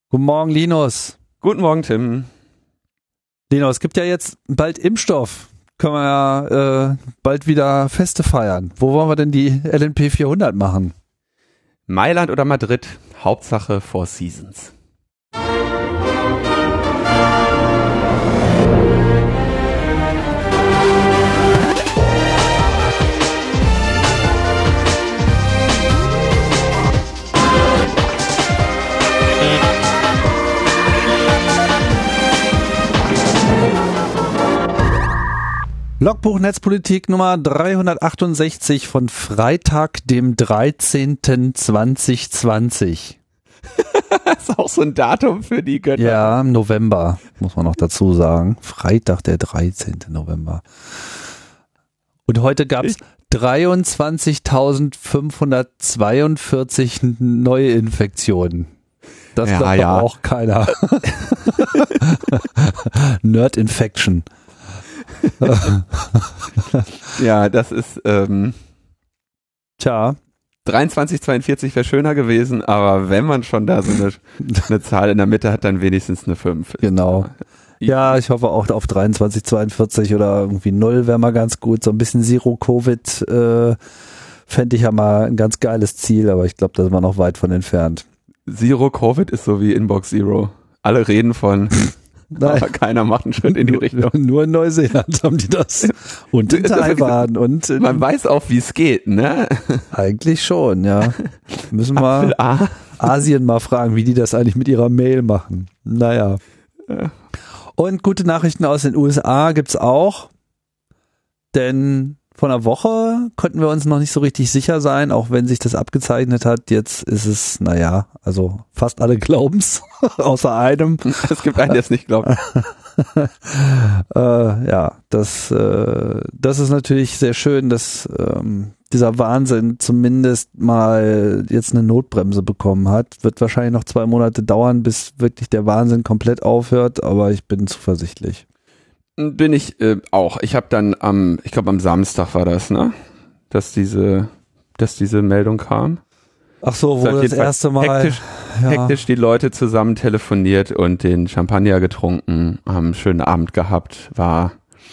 Guten Morgen, Linus. Guten Morgen, Tim. Linus, es gibt ja jetzt bald Impfstoff. Können wir ja bald wieder Feste feiern. Wo wollen wir denn die LNP 400 machen? Mailand oder Madrid? Hauptsache Four Seasons. Logbuch Netzpolitik Nummer 368 von Freitag, dem 13.2020. Das ist auch so ein Datum für die Götter. Ja, im November, muss man noch dazu sagen. Freitag, der 13. November. Und heute gab es 23.542 neue Infektionen. Das glaubt ja auch keiner. Nerd-Infection. Ja, das ist Tja. 23,42 wäre schöner gewesen, aber wenn man schon da so eine Zahl in der Mitte hat, dann wenigstens eine 5. Genau. Ja, ich hoffe auch auf 23,42 oder irgendwie 0 wäre mal ganz gut. So ein bisschen Zero-Covid fände ich ja mal ein ganz geiles Ziel, aber ich glaube, da sind wir noch weit von entfernt. Zero-Covid ist so wie Inbox Zero. Alle reden von... Nein. Aber keiner macht einen Schritt in die Richtung. Nur in Neuseeland haben die das. Und in Taiwan. Und man weiß auch, wie es geht, ne? Eigentlich schon, ja. Müssen wir Asien mal fragen, wie die das eigentlich mit ihrer Mail machen. Naja. Und gute Nachrichten aus den USA gibt's auch. Denn vor einer Woche konnten wir uns noch nicht so richtig sicher sein, auch wenn sich das abgezeichnet hat. Jetzt ist es, naja, also fast alle glauben's, außer einem. Es gibt einen, der es nicht glaubt. Ja, das ist natürlich sehr schön, dass dieser Wahnsinn zumindest mal jetzt eine Notbremse bekommen hat. Wird wahrscheinlich noch 2 Monate dauern, bis wirklich der Wahnsinn komplett aufhört, aber ich bin zuversichtlich. Bin ich auch. Ich habe dann am Samstag war das, ne? Dass diese Meldung kam. Ach so, wo das erste Mal hektisch die Leute zusammen telefoniert und den Champagner getrunken, haben einen schönen Abend gehabt, war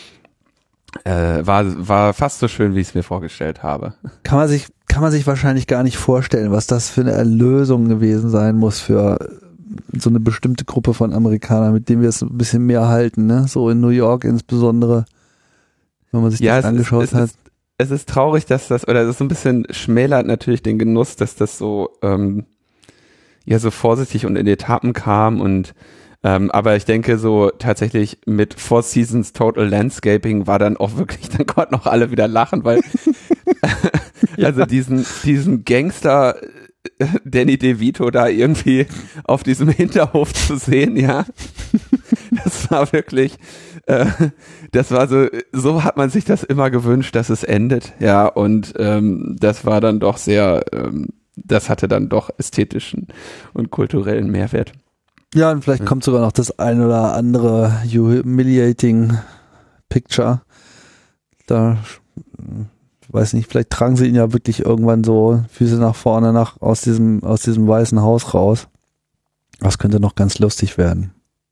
fast so schön, wie ich es mir vorgestellt habe. Kann man sich wahrscheinlich gar nicht vorstellen, was das für eine Erlösung gewesen sein muss für so eine bestimmte Gruppe von Amerikanern, mit denen wir es ein bisschen mehr halten, ne? So in New York insbesondere, wenn man sich das angeschaut hat. Es ist traurig, dass das, oder es ist so ein bisschen schmälert natürlich den Genuss, dass das so, so vorsichtig und in Etappen kam und aber ich denke so tatsächlich mit Four Seasons Total Landscaping war dann auch wirklich, dann konnten auch alle wieder lachen, weil also diesen Gangster Danny DeVito da irgendwie auf diesem Hinterhof zu sehen, ja, das war wirklich, das war so hat man sich das immer gewünscht, dass es endet, ja, und das war dann doch sehr, das hatte dann doch ästhetischen und kulturellen Mehrwert. Ja, und vielleicht kommt sogar noch das ein oder andere humiliating Picture. Da, weiß nicht, vielleicht tragen sie ihn ja wirklich irgendwann so Füße nach vorne aus diesem Weißen Haus raus. Das könnte noch ganz lustig werden.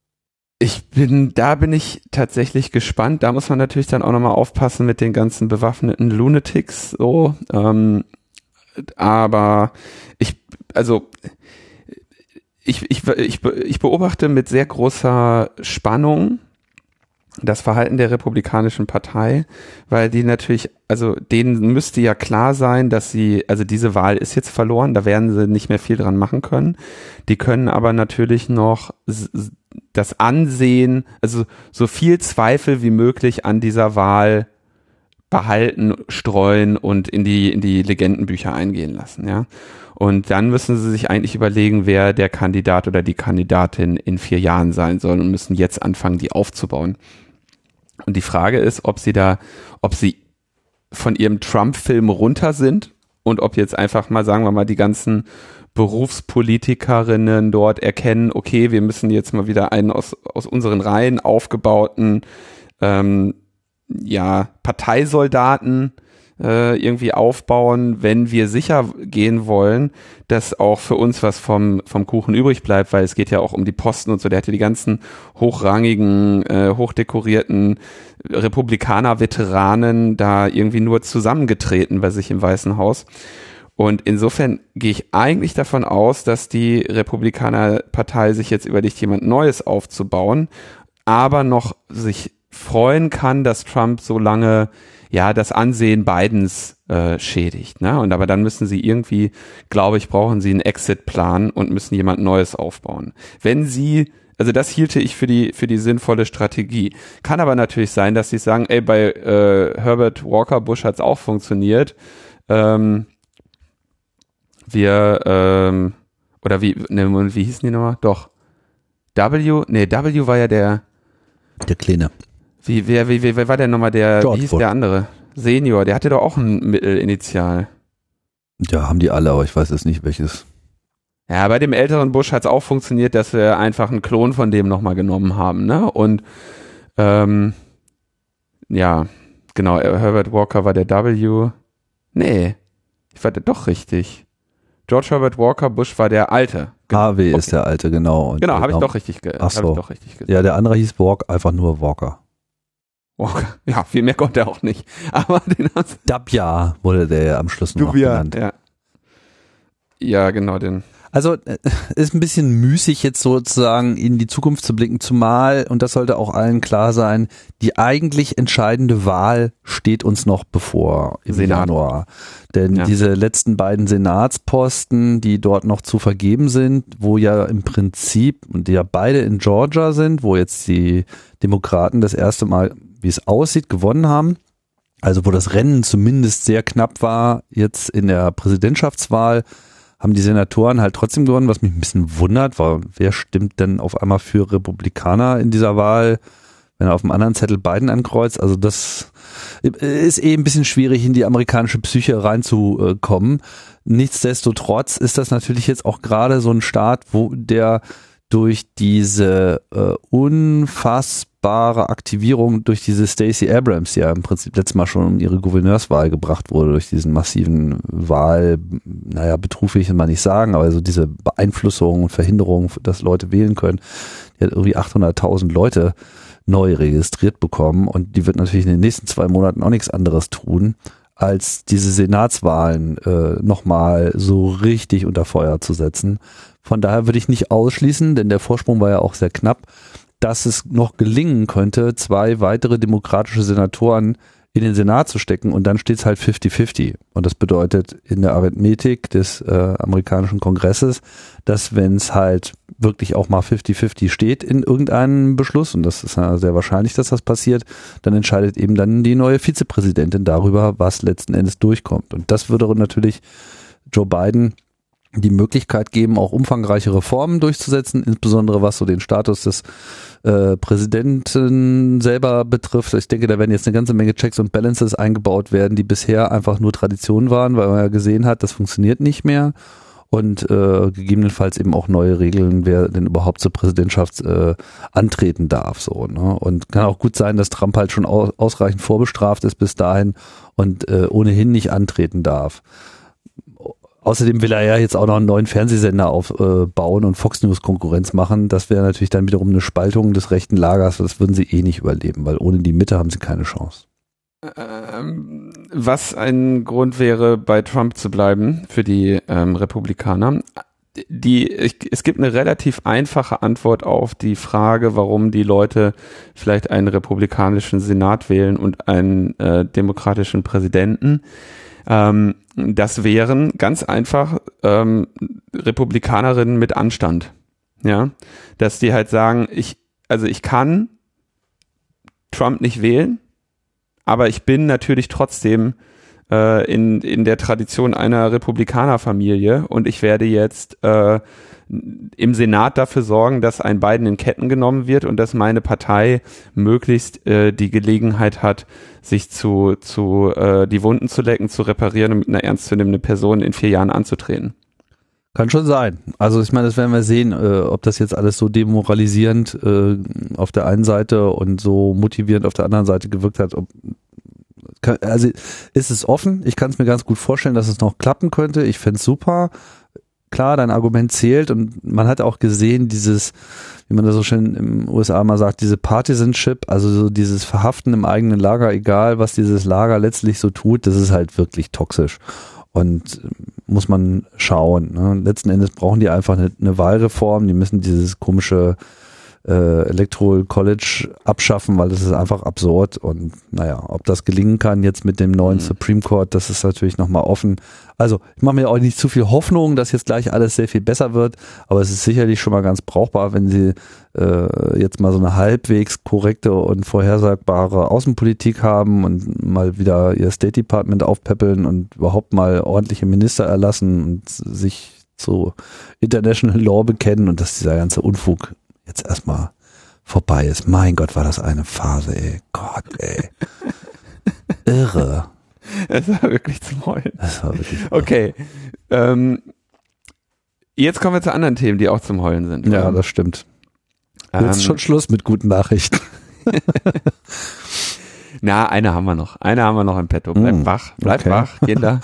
Da bin ich tatsächlich gespannt. Da muss man natürlich dann auch nochmal aufpassen mit den ganzen bewaffneten Lunatics, so. Aber ich beobachte mit sehr großer Spannung das Verhalten der Republikanischen Partei, weil die natürlich, also denen müsste ja klar sein, dass diese Wahl ist jetzt verloren, da werden sie nicht mehr viel dran machen können. Die können aber natürlich noch das Ansehen, also so viel Zweifel wie möglich an dieser Wahl behalten, streuen und in die Legendenbücher eingehen lassen, ja. Und dann müssen sie sich eigentlich überlegen, wer der Kandidat oder die Kandidatin in 4 Jahren sein soll und müssen jetzt anfangen, die aufzubauen. Und die Frage ist, ob sie von ihrem Trump-Film runter sind und ob jetzt einfach mal, sagen wir mal, die ganzen Berufspolitikerinnen dort erkennen, okay, wir müssen jetzt mal wieder einen aus unseren Reihen aufgebauten Parteisoldaten irgendwie aufbauen, wenn wir sicher gehen wollen, dass auch für uns was vom Kuchen übrig bleibt, weil es geht ja auch um die Posten und so. Der hatte die ganzen hochrangigen, hochdekorierten Republikaner-Veteranen da irgendwie nur zusammengetreten bei sich im Weißen Haus. Und insofern gehe ich eigentlich davon aus, dass die Republikanerpartei sich jetzt überlegt, jemand Neues aufzubauen, aber noch sich freuen kann, dass Trump so lange das Ansehen Bidens schädigt. Ne? Und aber dann müssen sie irgendwie, glaube ich, brauchen sie einen Exit-Plan und müssen jemand Neues aufbauen. Wenn sie, also das hielte ich für die sinnvolle Strategie. Kann aber natürlich sein, dass sie sagen, bei Herbert Walker Bush hat es auch funktioniert. Oder wie hießen die nochmal? Doch. W war ja der Kleine. Wie war der nochmal wie hieß der andere? Senior, der hatte doch auch ein Mittelinitial. Ja, haben die alle, aber ich weiß jetzt nicht welches. Ja, bei dem älteren Bush hat es auch funktioniert, dass wir einfach einen Klon von dem nochmal genommen haben, ne? Und ja, genau, Herbert Walker war der W. Nee, ich war der doch richtig. George Herbert Walker Bush war der Alte. Genau. HW ist der Alte, genau. Genau, habe ich doch richtig gesagt. Ja, der andere hieß einfach nur Walker. Walker, ja, viel mehr konnte er auch nicht. Aber den Dabia wurde der ja am Schluss noch genannt. Ja. Ja, genau, den. Also ist ein bisschen müßig jetzt sozusagen in die Zukunft zu blicken, zumal, und das sollte auch allen klar sein, die eigentlich entscheidende Wahl steht uns noch bevor im Januar. Denn diese letzten beiden Senatsposten, die dort noch zu vergeben sind, wo ja im Prinzip, und die ja beide in Georgia sind, wo jetzt die Demokraten das erste Mal, wie es aussieht, gewonnen haben, also wo das Rennen zumindest sehr knapp war, jetzt in der Präsidentschaftswahl, haben die Senatoren halt trotzdem gewonnen, was mich ein bisschen wundert, weil wer stimmt denn auf einmal für Republikaner in dieser Wahl, wenn er auf dem anderen Zettel Biden ankreuzt? Also das ist ein bisschen schwierig, in die amerikanische Psyche reinzukommen. Nichtsdestotrotz ist das natürlich jetzt auch gerade so ein Staat, wo der durch diese unfassbare Aktivierung durch diese Stacey Abrams, die ja im Prinzip letztes Mal schon um ihre Gouverneurswahl gebracht wurde, durch diesen massiven Betrug will ich mal nicht sagen, aber so diese Beeinflussung und Verhinderung, dass Leute wählen können, die hat irgendwie 800.000 Leute neu registriert bekommen und die wird natürlich in den nächsten 2 Monaten auch nichts anderes tun, als diese Senatswahlen nochmal so richtig unter Feuer zu setzen. Von daher würde ich nicht ausschließen, denn der Vorsprung war ja auch sehr knapp, dass es noch gelingen könnte, 2 weitere demokratische Senatoren in den Senat zu stecken und dann steht es halt 50-50. Und das bedeutet in der Arithmetik des amerikanischen Kongresses, dass wenn es halt wirklich auch mal 50-50 steht in irgendeinem Beschluss, und das ist ja sehr wahrscheinlich, dass das passiert, dann entscheidet eben dann die neue Vizepräsidentin darüber, was letzten Endes durchkommt. Und das würde natürlich Joe Biden die Möglichkeit geben, auch umfangreiche Reformen durchzusetzen, insbesondere was so den Status des Präsidenten selber betrifft. Ich denke, da werden jetzt eine ganze Menge Checks und Balances eingebaut werden, die bisher einfach nur Tradition waren, weil man ja gesehen hat, das funktioniert nicht mehr. Und gegebenenfalls eben auch neue Regeln, wer denn überhaupt zur Präsidentschaft antreten darf. So, ne? Und kann auch gut sein, dass Trump halt schon ausreichend vorbestraft ist bis dahin und ohnehin nicht antreten darf. Außerdem will er ja jetzt auch noch einen neuen Fernsehsender aufbauen und Fox News Konkurrenz machen. Das wäre natürlich dann wiederum eine Spaltung des rechten Lagers. Das würden sie eh nicht überleben, weil ohne die Mitte haben sie keine Chance. Was ein Grund wäre, bei Trump zu bleiben für die Republikaner. Es gibt eine relativ einfache Antwort auf die Frage, warum die Leute vielleicht einen republikanischen Senat wählen und einen demokratischen Präsidenten. Das wären ganz einfach Republikanerinnen mit Anstand, ja, dass die halt sagen, ich kann Trump nicht wählen, aber ich bin natürlich trotzdem in der Tradition einer Republikanerfamilie und ich werde jetzt im Senat dafür sorgen, dass ein Biden in Ketten genommen wird und dass meine Partei möglichst die Gelegenheit hat, sich die Wunden zu lecken, zu reparieren und mit einer ernstzunehmenden Person in 4 Jahren anzutreten. Kann schon sein. Also ich meine, das werden wir sehen, ob das jetzt alles so demoralisierend auf der einen Seite und so motivierend auf der anderen Seite gewirkt hat. Also ist es offen. Ich kann es mir ganz gut vorstellen, dass es noch klappen könnte. Ich fände es super. Klar, dein Argument zählt und man hat auch gesehen, dieses, wie man das so schön im USA mal sagt, diese Partisanship, also so dieses Verhaften im eigenen Lager, egal was dieses Lager letztlich so tut, das ist halt wirklich toxisch. Und muss man schauen. Ne? Letzten Endes brauchen die einfach eine Wahlreform, die müssen dieses komische Electoral College abschaffen, weil das ist einfach absurd und naja, ob das gelingen kann jetzt mit dem neuen Supreme Court, das ist natürlich nochmal offen. Also ich mache mir auch nicht zu viel Hoffnung, dass jetzt gleich alles sehr viel besser wird, aber es ist sicherlich schon mal ganz brauchbar, wenn sie jetzt mal so eine halbwegs korrekte und vorhersagbare Außenpolitik haben und mal wieder ihr State Department aufpäppeln und überhaupt mal ordentliche Minister erlassen und sich zu International Law bekennen und dass dieser ganze Unfug jetzt erstmal vorbei ist. Mein Gott, war das eine Phase, ey. Gott, ey. Irre. Es war wirklich zum Heulen. Das war wirklich irre. Okay. Jetzt kommen wir zu anderen Themen, die auch zum Heulen sind. Ja, das stimmt. Jetzt schon Schluss mit guten Nachrichten. Na, eine haben wir noch. Eine haben wir noch im Petto. Bleibt wach. Bleibt wach, Kinder.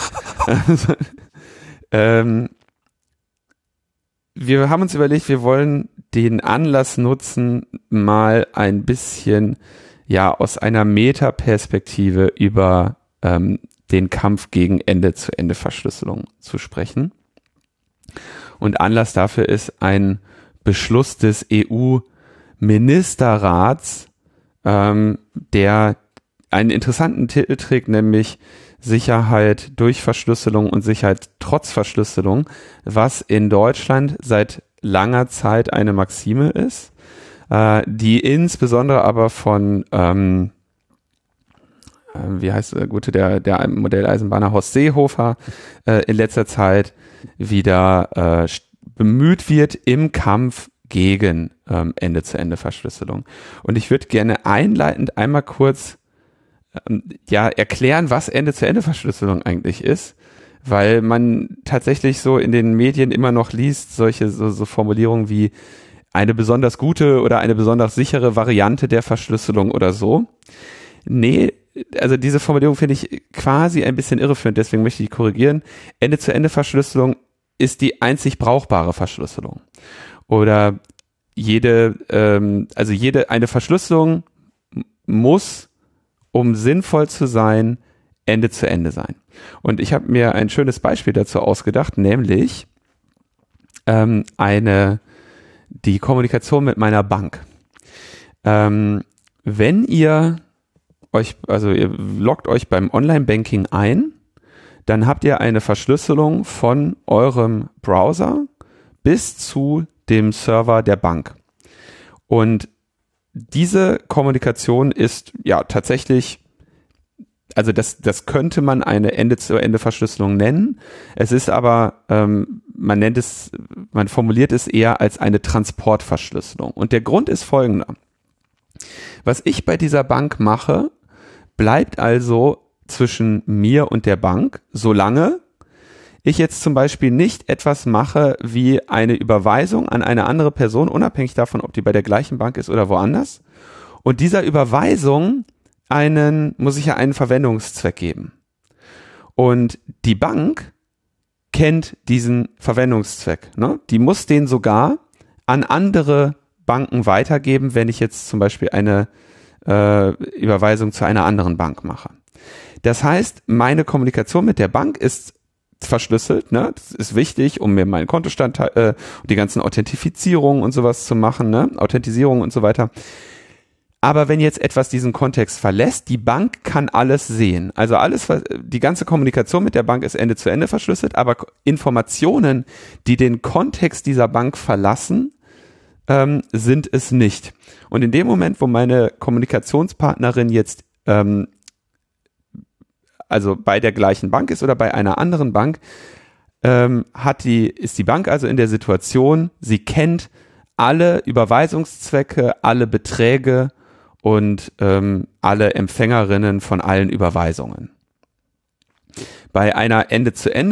Wir haben uns überlegt, wir wollen den Anlass nutzen, mal ein bisschen aus einer Metaperspektive über den Kampf gegen Ende-zu-Ende-Verschlüsselung zu sprechen. Und Anlass dafür ist ein Beschluss des EU-Ministerrats, der einen interessanten Titel trägt, nämlich Sicherheit durch Verschlüsselung und Sicherheit trotz Verschlüsselung, was in Deutschland seit langer Zeit eine Maxime ist, die insbesondere aber von wie heißt der gute, der Modelleisenbahner Horst Seehofer in letzter Zeit wieder bemüht wird im Kampf gegen Ende-zu-Ende-Verschlüsselung. Und ich würde gerne einleitend einmal kurz erklären, was Ende-zu-Ende-Verschlüsselung eigentlich ist, weil man tatsächlich so in den Medien immer noch liest, solche so Formulierungen wie eine besonders gute oder eine besonders sichere Variante der Verschlüsselung oder so. Nee, also diese Formulierung finde ich quasi ein bisschen irreführend, deswegen möchte ich korrigieren. Ende-zu-Ende-Verschlüsselung ist die einzig brauchbare Verschlüsselung. Oder eine Verschlüsselung muss, um sinnvoll zu sein, Ende zu Ende sein. Und ich habe mir ein schönes Beispiel dazu ausgedacht, nämlich die Kommunikation mit meiner Bank. Wenn ihr loggt euch beim Online-Banking ein, dann habt ihr eine Verschlüsselung von eurem Browser bis zu dem Server der Bank. Und diese Kommunikation ist tatsächlich, also das könnte man eine Ende-zu-Ende-Verschlüsselung nennen. Es ist aber, man formuliert es eher als eine Transportverschlüsselung. Und der Grund ist folgender. Was ich bei dieser Bank mache, bleibt also zwischen mir und der Bank, solange ich jetzt zum Beispiel nicht etwas mache wie eine Überweisung an eine andere Person, unabhängig davon, ob die bei der gleichen Bank ist oder woanders. Und dieser Überweisung muss ich ja einen Verwendungszweck geben. Und die Bank kennt diesen Verwendungszweck. Ne? Die muss den sogar an andere Banken weitergeben, wenn ich jetzt zum Beispiel eine Überweisung zu einer anderen Bank mache. Das heißt, meine Kommunikation mit der Bank ist verschlüsselt, ne? Das ist wichtig, um mir meinen Kontostand und die ganzen Authentifizierungen und sowas zu machen, ne? Authentisierung und so weiter. Aber wenn jetzt etwas diesen Kontext verlässt, die Bank kann alles sehen. Also die ganze Kommunikation mit der Bank ist Ende zu Ende verschlüsselt, aber Informationen, die den Kontext dieser Bank verlassen, sind es nicht. Und in dem Moment, wo meine Kommunikationspartnerin jetzt also bei der gleichen Bank ist oder bei einer anderen Bank, ist die Bank also in der Situation, sie kennt alle Überweisungszwecke, alle Beträge und alle Empfängerinnen von allen Überweisungen. Bei einer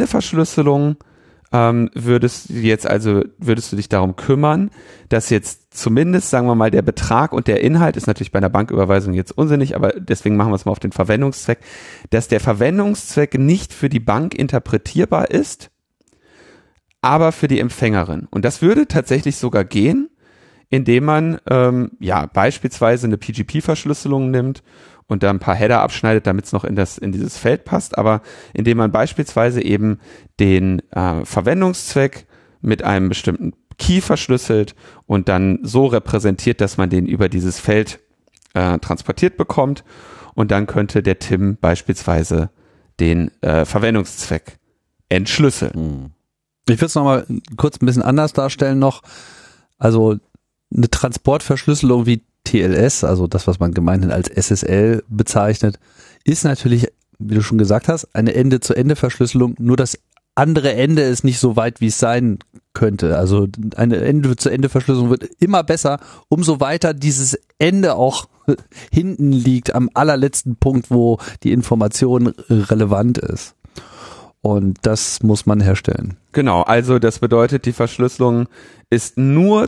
Ende-zu-Ende-Verschlüsselung würdest du dich darum kümmern, dass jetzt zumindest, sagen wir mal, der Betrag und der Inhalt ist natürlich bei einer Banküberweisung jetzt unsinnig, aber deswegen machen wir es mal auf den Verwendungszweck, dass der Verwendungszweck nicht für die Bank interpretierbar ist, aber für die Empfängerin. Und das würde tatsächlich sogar gehen, indem man beispielsweise eine PGP-Verschlüsselung nimmt und da ein paar Header abschneidet, damit es noch in dieses Feld passt, aber indem man beispielsweise eben den Verwendungszweck mit einem bestimmten Key verschlüsselt und dann so repräsentiert, dass man den über dieses Feld transportiert bekommt, und dann könnte der Tim beispielsweise den Verwendungszweck entschlüsseln. Ich würde es nochmal kurz ein bisschen anders darstellen noch. Also eine Transportverschlüsselung wie TLS, also das, was man gemeinhin als SSL bezeichnet, ist natürlich, wie du schon gesagt hast, eine Ende-zu-Ende-Verschlüsselung, nur das andere Ende ist nicht so weit, wie es sein könnte. Also eine Ende-zu-Ende-Verschlüsselung wird immer besser, umso weiter dieses Ende auch hinten liegt, am allerletzten Punkt, wo die Information relevant ist. Und das muss man herstellen. Genau, also das bedeutet, die Verschlüsselung ist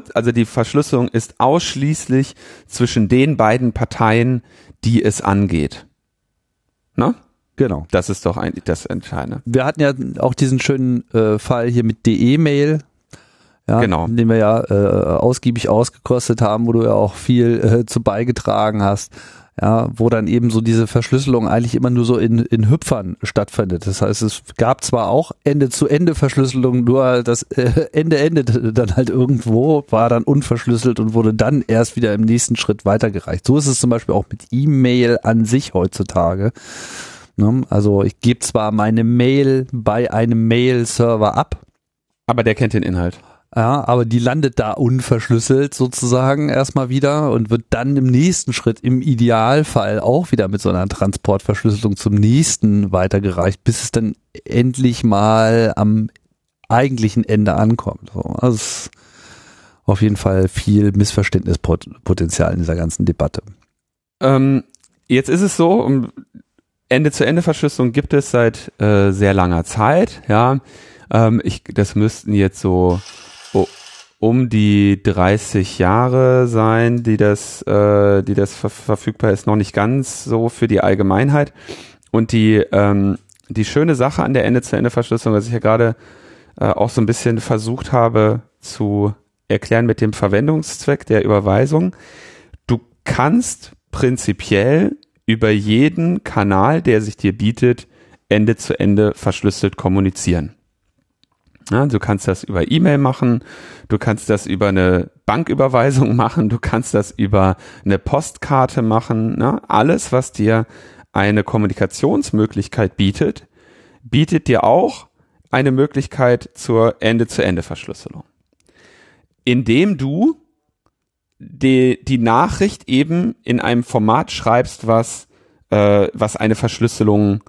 ausschließlich zwischen den beiden Parteien, die es angeht. Ne? Genau. Das ist doch eigentlich das Entscheidende. Wir hatten ja auch diesen schönen Fall hier mit DE-Mail, ja, genau, den wir ja ausgiebig ausgekostet haben, wo du ja auch viel zu beigetragen hast. Ja, wo dann eben so diese Verschlüsselung eigentlich immer nur so in Hüpfern stattfindet. Das heißt, es gab zwar auch Ende-zu-Ende-Verschlüsselung, nur das Ende endete dann halt irgendwo, war dann unverschlüsselt und wurde dann erst wieder im nächsten Schritt weitergereicht. So ist es zum Beispiel auch mit E-Mail an sich heutzutage. Also ich gebe zwar meine Mail bei einem Mail-Server ab, aber der kennt den Inhalt. Ja, aber die landet da unverschlüsselt sozusagen erstmal wieder und wird dann im nächsten Schritt im Idealfall auch wieder mit so einer Transportverschlüsselung zum nächsten weitergereicht, bis es dann endlich mal am eigentlichen Ende ankommt. So, also es ist auf jeden Fall viel Missverständnispotenzial in dieser ganzen Debatte. Jetzt ist es so, Ende-zu-Ende-Verschlüsselung gibt es seit sehr langer Zeit, ja. Das müssten jetzt so um die 30 Jahre sein, die das verfügbar ist, noch nicht ganz so für die Allgemeinheit. Und die schöne Sache an der Ende-zu-Ende-Verschlüsselung, was ich ja gerade auch so ein bisschen versucht habe zu erklären mit dem Verwendungszweck der Überweisung, du kannst prinzipiell über jeden Kanal, der sich dir bietet, Ende-zu-Ende verschlüsselt kommunizieren. Ja, du kannst das über E-Mail machen, du kannst das über eine Banküberweisung machen, du kannst das über eine Postkarte machen. Ne? Alles, was dir eine Kommunikationsmöglichkeit bietet, bietet dir auch eine Möglichkeit zur Ende-zu-Ende-Verschlüsselung. Indem du die Nachricht eben in einem Format schreibst, was eine Verschlüsselung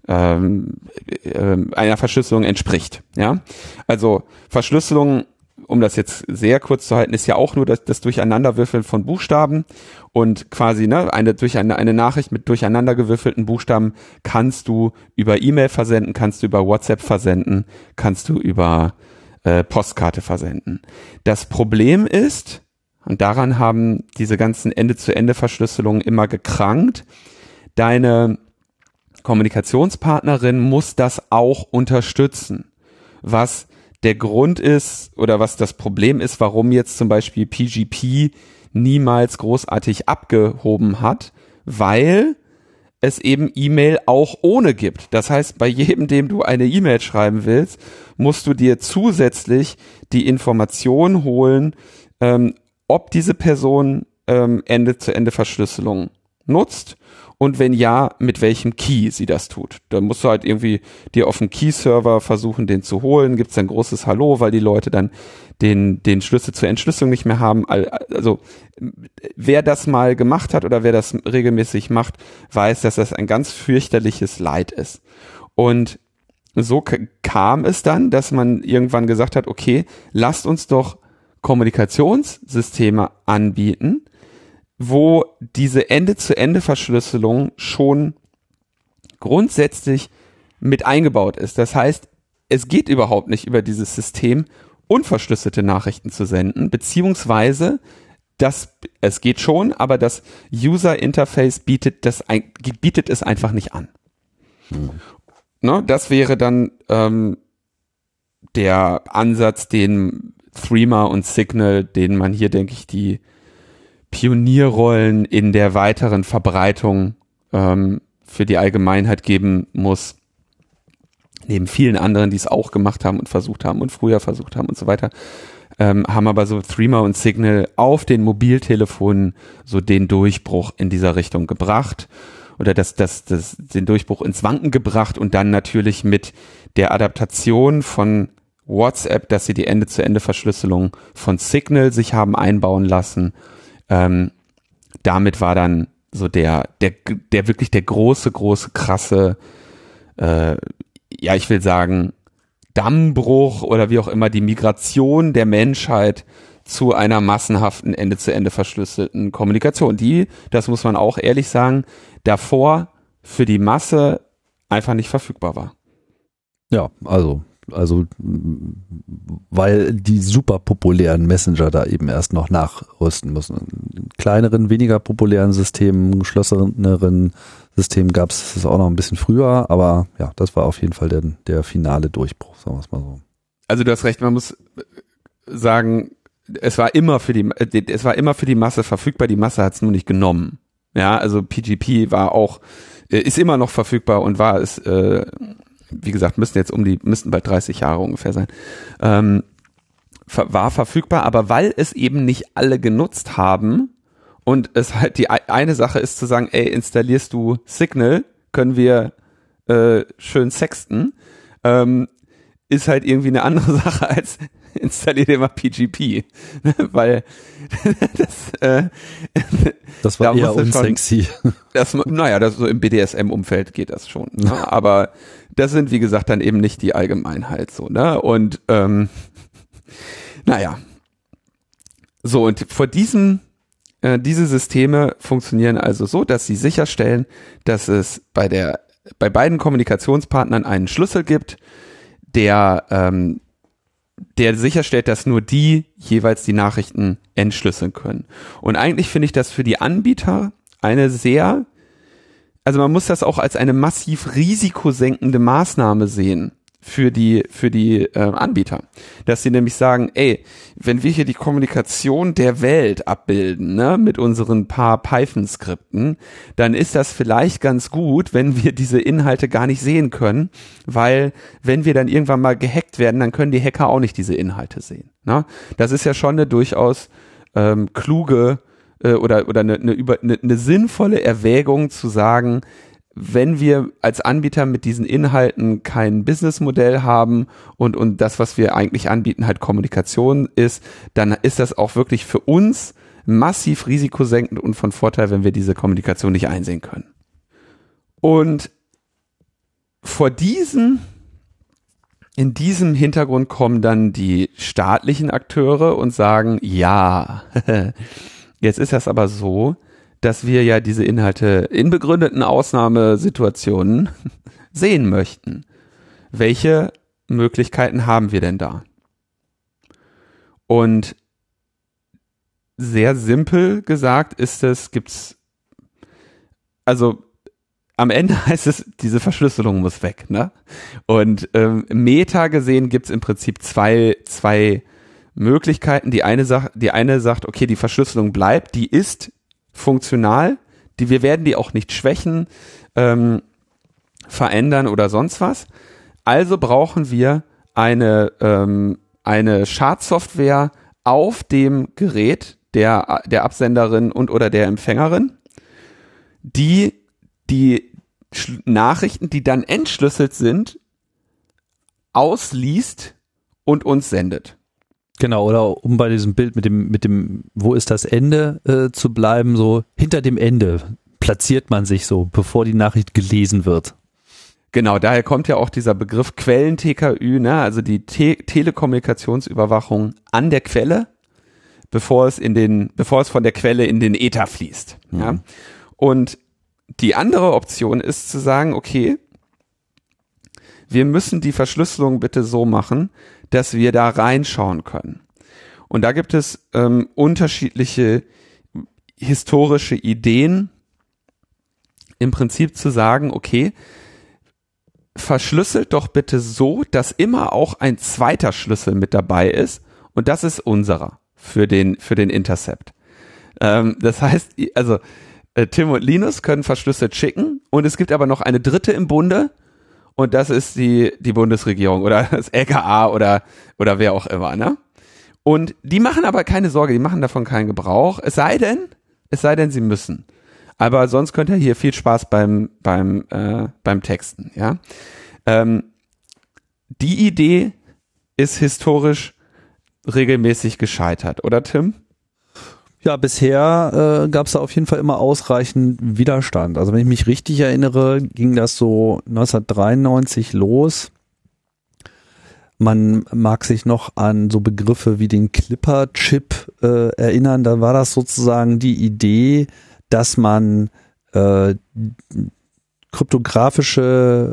einer Verschlüsselung entspricht. Ja, also Verschlüsselung, um das jetzt sehr kurz zu halten, ist ja auch nur das Durcheinanderwürfeln von Buchstaben und quasi eine Nachricht mit durcheinandergewürfelten Buchstaben kannst du über E-Mail versenden, kannst du über WhatsApp versenden, kannst du über Postkarte versenden. Das Problem ist, und daran haben diese ganzen Ende-zu-Ende-Verschlüsselungen immer gekrankt, deine Kommunikationspartnerin muss das auch unterstützen, was der Grund ist oder was das Problem ist, warum jetzt zum Beispiel PGP niemals großartig abgehoben hat, weil es eben E-Mail auch ohne gibt. Das heißt, bei jedem, dem du eine E-Mail schreiben willst, musst du dir zusätzlich die Information holen, ob diese Person Ende-zu-Ende-Verschlüsselung nutzt und wenn ja, mit welchem Key sie das tut. Da musst du halt irgendwie dir auf dem Key-Server versuchen, den zu holen. Gibt's ein großes Hallo, weil die Leute dann den Schlüssel zur Entschlüsselung nicht mehr haben. Also wer das mal gemacht hat oder wer das regelmäßig macht, weiß, dass das ein ganz fürchterliches Leid ist. Und so kam es dann, dass man irgendwann gesagt hat, okay, lasst uns doch Kommunikationssysteme anbieten, wo diese Ende-zu-Ende-Verschlüsselung schon grundsätzlich mit eingebaut ist. Das heißt, es geht überhaupt nicht über dieses System, unverschlüsselte Nachrichten zu senden, beziehungsweise es geht schon, aber das User Interface bietet es einfach nicht an. Ne, das wäre dann der Ansatz, den Threema und Signal, denen man hier, denke ich, die Pionierrollen in der weiteren Verbreitung für die Allgemeinheit geben muss. Neben vielen anderen, die es auch gemacht haben und versucht haben und früher versucht haben und so weiter, haben aber so Threema und Signal auf den Mobiltelefonen so den Durchbruch in dieser Richtung gebracht oder den Durchbruch ins Wanken gebracht und dann natürlich mit der Adaptation von WhatsApp, dass sie die Ende-zu-Ende-Verschlüsselung von Signal sich haben einbauen lassen. Damit war dann so der wirklich der große, krasse, ich will sagen, Dammbruch oder wie auch immer, die Migration der Menschheit zu einer massenhaften Ende-zu-Ende verschlüsselten Kommunikation, die, das muss man auch ehrlich sagen, davor für die Masse einfach nicht verfügbar war. Ja, also weil die super populären Messenger da eben erst noch nachrüsten müssen. In kleineren, weniger populären Systemen, geschlosseneren Systemen gab es das auch noch ein bisschen früher, aber ja, das war auf jeden Fall der finale Durchbruch, sagen wir es mal so. Also du hast recht, man muss sagen, es war immer für die Masse verfügbar, die Masse hat es nur nicht genommen. Ja, also PGP ist immer noch verfügbar und war es wie gesagt, müssten bald 30 Jahre ungefähr sein, war verfügbar, aber weil es eben nicht alle genutzt haben und es halt die eine Sache ist zu sagen, installierst du Signal, können wir schön sexten, ist halt irgendwie eine andere Sache als installier dir mal PGP, weil das war eher unsexy. Das so im BDSM-Umfeld geht das schon, ne? Aber das sind, wie gesagt, dann eben nicht die Allgemeinheit so, ne? Und so, und vor diese Systeme funktionieren also so, dass sie sicherstellen, dass es bei beiden Kommunikationspartnern einen Schlüssel gibt, der sicherstellt, dass nur die jeweils die Nachrichten entschlüsseln können. Und eigentlich finde ich das für die Anbieter also man muss das auch als eine massiv risikosenkende Maßnahme sehen für die Anbieter. Dass sie nämlich sagen, wenn wir hier die Kommunikation der Welt abbilden, ne, mit unseren paar Python-Skripten, dann ist das vielleicht ganz gut, wenn wir diese Inhalte gar nicht sehen können, weil wenn wir dann irgendwann mal gehackt werden, dann können die Hacker auch nicht diese Inhalte sehen. Ne? Das ist ja schon eine durchaus kluge oder eine sinnvolle Erwägung zu sagen, wenn wir als Anbieter mit diesen Inhalten kein Businessmodell haben und das, was wir eigentlich anbieten, halt Kommunikation ist, dann ist das auch wirklich für uns massiv risikosenkend und von Vorteil, wenn wir diese Kommunikation nicht einsehen können. Und in diesem Hintergrund kommen dann die staatlichen Akteure und sagen, ja, jetzt ist das aber so, dass wir ja diese Inhalte in begründeten Ausnahmesituationen sehen möchten. Welche Möglichkeiten haben wir denn da? Und sehr simpel gesagt am Ende heißt es, diese Verschlüsselung muss weg, ne? Und meta gesehen gibt's im Prinzip zwei Möglichkeiten. Die eine sagt, okay, die Verschlüsselung bleibt, die ist funktional, wir werden die auch nicht schwächen, verändern oder sonst was. Also brauchen wir eine Schadsoftware auf dem Gerät der Absenderin und oder der Empfängerin, die Nachrichten, die dann entschlüsselt sind, ausliest und uns sendet. Genau, oder um bei diesem Bild mit dem wo ist das Ende zu bleiben, so hinter dem Ende platziert man sich so, bevor die Nachricht gelesen wird. Genau, daher kommt ja auch dieser Begriff Quellen-TKÜ, ne? Also die Telekommunikationsüberwachung an der Quelle, bevor es von der Quelle in den Äther fließt. Mhm. Ja? Und die andere Option ist zu sagen, okay, wir müssen die Verschlüsselung bitte so machen, dass wir da reinschauen können. Und da gibt es unterschiedliche historische Ideen, im Prinzip zu sagen, okay, verschlüsselt doch bitte so, dass immer auch ein zweiter Schlüssel mit dabei ist und das ist unserer für den Intercept. Das heißt, also Tim und Linus können verschlüsselt schicken und es gibt aber noch eine dritte im Bunde und das ist die Bundesregierung oder das LKA oder wer auch immer, ne? Und die machen aber keine Sorge, die machen davon keinen Gebrauch, es sei denn, sie müssen. Aber sonst könnt ihr hier viel Spaß beim Texten, ja. Die Idee ist historisch regelmäßig gescheitert, oder Tim? Ja, bisher gab es da auf jeden Fall immer ausreichend Widerstand. Also wenn ich mich richtig erinnere, ging das so 1993 los. Man mag sich noch an so Begriffe wie den Clipper-Chip erinnern. Da war das sozusagen die Idee, dass man kryptografische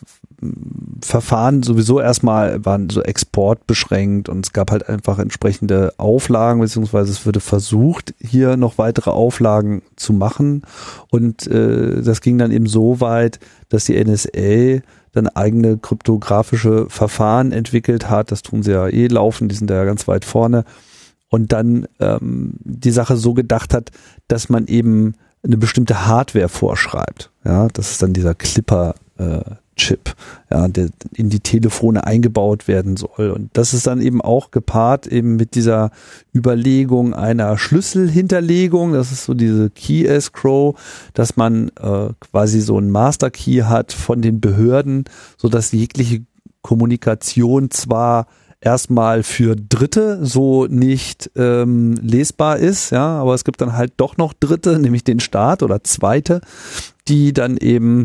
Verfahren sowieso erstmal waren so exportbeschränkt und es gab halt einfach entsprechende Auflagen, beziehungsweise es wurde versucht, hier noch weitere Auflagen zu machen und das ging dann eben so weit, dass die NSA dann eigene kryptografische Verfahren entwickelt hat. Das tun sie ja laufen, die sind da ja ganz weit vorne. Und dann die Sache so gedacht hat, dass man eben eine bestimmte Hardware vorschreibt. Ja, das ist dann dieser Clipper-Chip, ja, der in die Telefone eingebaut werden soll. Und das ist dann eben auch gepaart eben mit dieser Überlegung einer Schlüsselhinterlegung. Das ist so diese Key-Escrow, dass man quasi so einen Master-Key hat von den Behörden, sodass jegliche Kommunikation zwar erstmal für Dritte so nicht lesbar ist, ja, aber es gibt dann halt doch noch Dritte, nämlich den Staat oder Zweite, die dann eben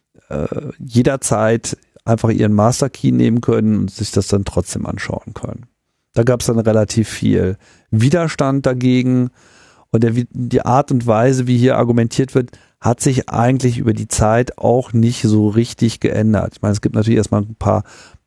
jederzeit einfach ihren Master Key nehmen können und sich das dann trotzdem anschauen können. Da gab es dann relativ viel Widerstand dagegen und die Art und Weise, wie hier argumentiert wird, hat sich eigentlich über die Zeit auch nicht so richtig geändert. Ich meine, es gibt natürlich erstmal ein paar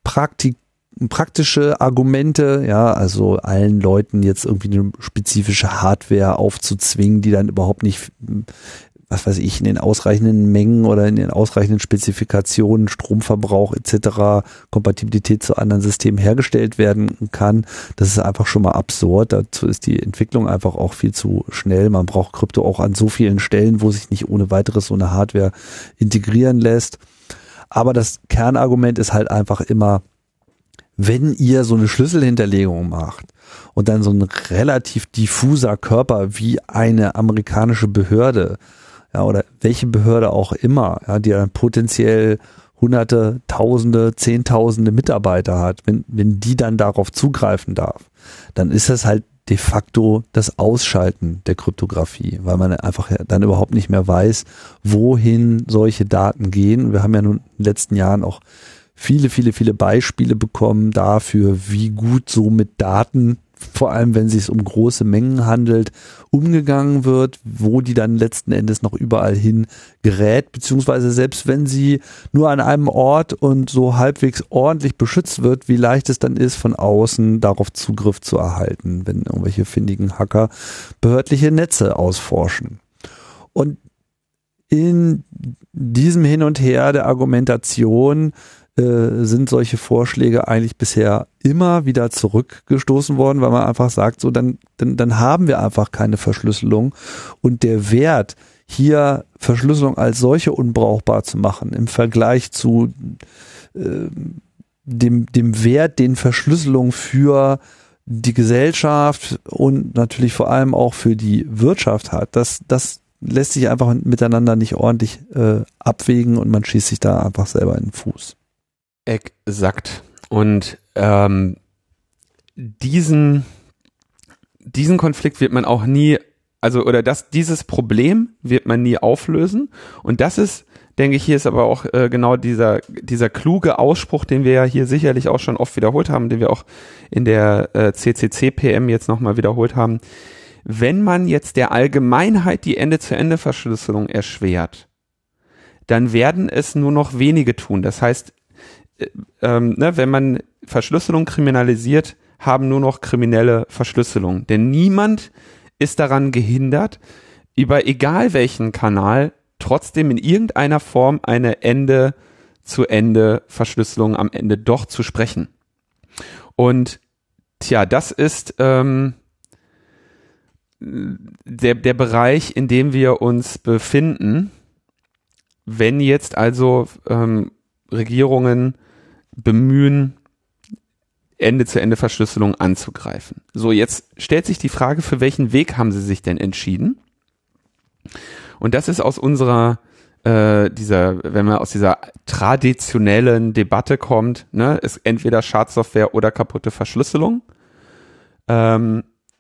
praktische Argumente, ja, also allen Leuten jetzt irgendwie eine spezifische Hardware aufzuzwingen, die dann überhaupt nicht, was weiß ich, in den ausreichenden Mengen oder in den ausreichenden Spezifikationen, Stromverbrauch etc., Kompatibilität zu anderen Systemen hergestellt werden kann. Das ist einfach schon mal absurd. Dazu ist die Entwicklung einfach auch viel zu schnell. Man braucht Krypto auch an so vielen Stellen, wo sich nicht ohne weiteres so eine Hardware integrieren lässt. Aber das Kernargument ist halt einfach immer, wenn ihr so eine Schlüsselhinterlegung macht und dann so ein relativ diffuser Körper wie eine amerikanische Behörde, ja, oder welche Behörde auch immer, ja, die dann potenziell Hunderte, Tausende, Zehntausende Mitarbeiter hat, wenn die dann darauf zugreifen darf, dann ist das halt de facto das Ausschalten der Kryptographie, weil man einfach dann überhaupt nicht mehr weiß, wohin solche Daten gehen. Wir haben ja nun in den letzten Jahren auch viele Beispiele bekommen dafür, wie gut so mit Daten, vor allem wenn es sich um große Mengen handelt, umgegangen wird, wo die dann letzten Endes noch überall hin gerät, beziehungsweise selbst wenn sie nur an einem Ort und so halbwegs ordentlich beschützt wird, wie leicht es dann ist, von außen darauf Zugriff zu erhalten, wenn irgendwelche findigen Hacker behördliche Netze ausforschen. Und in diesem Hin und Her der Argumentation sind solche Vorschläge eigentlich bisher immer wieder zurückgestoßen worden, weil man einfach sagt, so dann haben wir einfach keine Verschlüsselung und der Wert, hier Verschlüsselung als solche unbrauchbar zu machen im Vergleich zu dem Wert, den Verschlüsselung für die Gesellschaft und natürlich vor allem auch für die Wirtschaft hat, das lässt sich einfach miteinander nicht ordentlich abwägen und man schießt sich da einfach selber in den Fuß. Exakt. Und diesen Konflikt wird man auch nie, dieses Problem wird man nie auflösen. Und das ist, denke ich, hier ist aber auch genau dieser kluge Ausspruch, den wir ja hier sicherlich auch schon oft wiederholt haben, den wir auch in der CCC-PM jetzt nochmal wiederholt haben. Wenn man jetzt der Allgemeinheit die Ende-zu-Ende-Verschlüsselung erschwert, dann werden es nur noch wenige tun. Das heißt, wenn man Verschlüsselung kriminalisiert, haben nur noch kriminelle Verschlüsselung. Denn niemand ist daran gehindert, über egal welchen Kanal trotzdem in irgendeiner Form eine Ende-zu-Ende-Verschlüsselung am Ende doch zu sprechen. Und das ist der Bereich, in dem wir uns befinden, wenn jetzt also Regierungen bemühen, Ende-zu-Ende-Verschlüsselung anzugreifen. So, jetzt stellt sich die Frage, für welchen Weg haben sie sich denn entschieden? Und das ist aus unserer, wenn man aus dieser traditionellen Debatte kommt, ne, ist entweder Schadsoftware oder kaputte Verschlüsselung, ein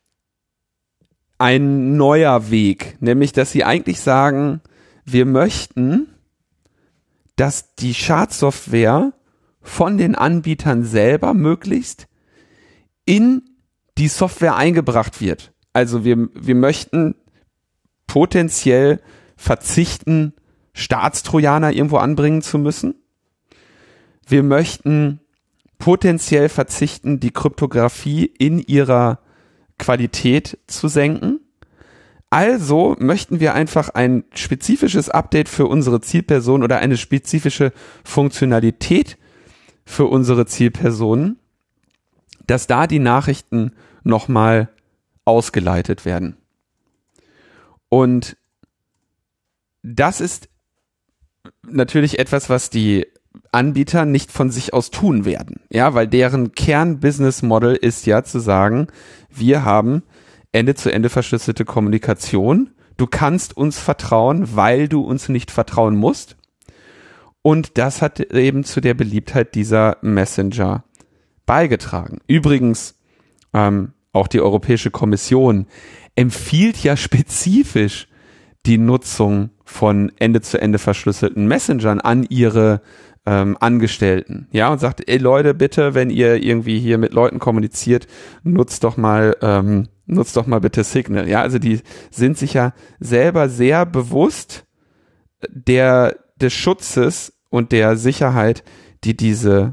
neuer Weg, nämlich, dass sie eigentlich sagen, wir möchten, dass die Schadsoftware von den Anbietern selber möglichst in die Software eingebracht wird. Also wir möchten potenziell verzichten, Staatstrojaner irgendwo anbringen zu müssen. Wir möchten potenziell verzichten, die Kryptographie in ihrer Qualität zu senken. Also möchten wir einfach ein spezifisches Update für unsere Zielperson oder eine spezifische Funktionalität für unsere Zielpersonen, dass da die Nachrichten nochmal ausgeleitet werden. Und das ist natürlich etwas, was die Anbieter nicht von sich aus tun werden, ja, weil deren Kern-Business-Model ist ja zu sagen, wir haben Ende-zu-Ende verschlüsselte Kommunikation, du kannst uns vertrauen, weil du uns nicht vertrauen musst, und das hat eben zu der Beliebtheit dieser Messenger beigetragen. Übrigens, auch die Europäische Kommission empfiehlt ja spezifisch die Nutzung von Ende-zu-Ende verschlüsselten Messengern an ihre Angestellten, ja, und sagt, ey Leute, bitte, wenn ihr irgendwie hier mit Leuten kommuniziert, nutzt doch mal bitte Signal, ja, also die sind sich ja selber sehr bewusst des Schutzes und der Sicherheit, die diese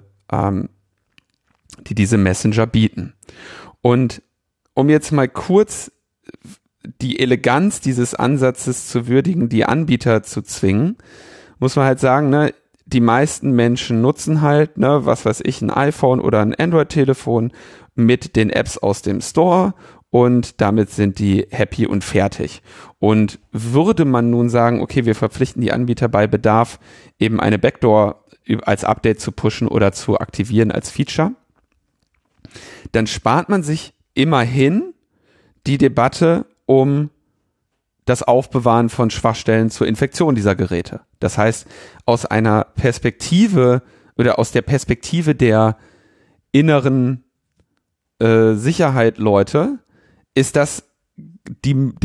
Messenger bieten. Und um jetzt mal kurz die Eleganz dieses Ansatzes zu würdigen, die Anbieter zu zwingen, muss man halt sagen, ne, die meisten Menschen nutzen halt, ne, was weiß ich, ein iPhone oder ein Android-Telefon mit den Apps aus dem Store und damit sind die happy und fertig. Und würde man nun sagen, okay, wir verpflichten die Anbieter bei Bedarf, eben eine Backdoor als Update zu pushen oder zu aktivieren als Feature, dann spart man sich immerhin die Debatte um das Aufbewahren von Schwachstellen zur Infektion dieser Geräte. Das heißt, aus einer Perspektive oder aus der Perspektive der inneren Sicherheit, Leute, ist das die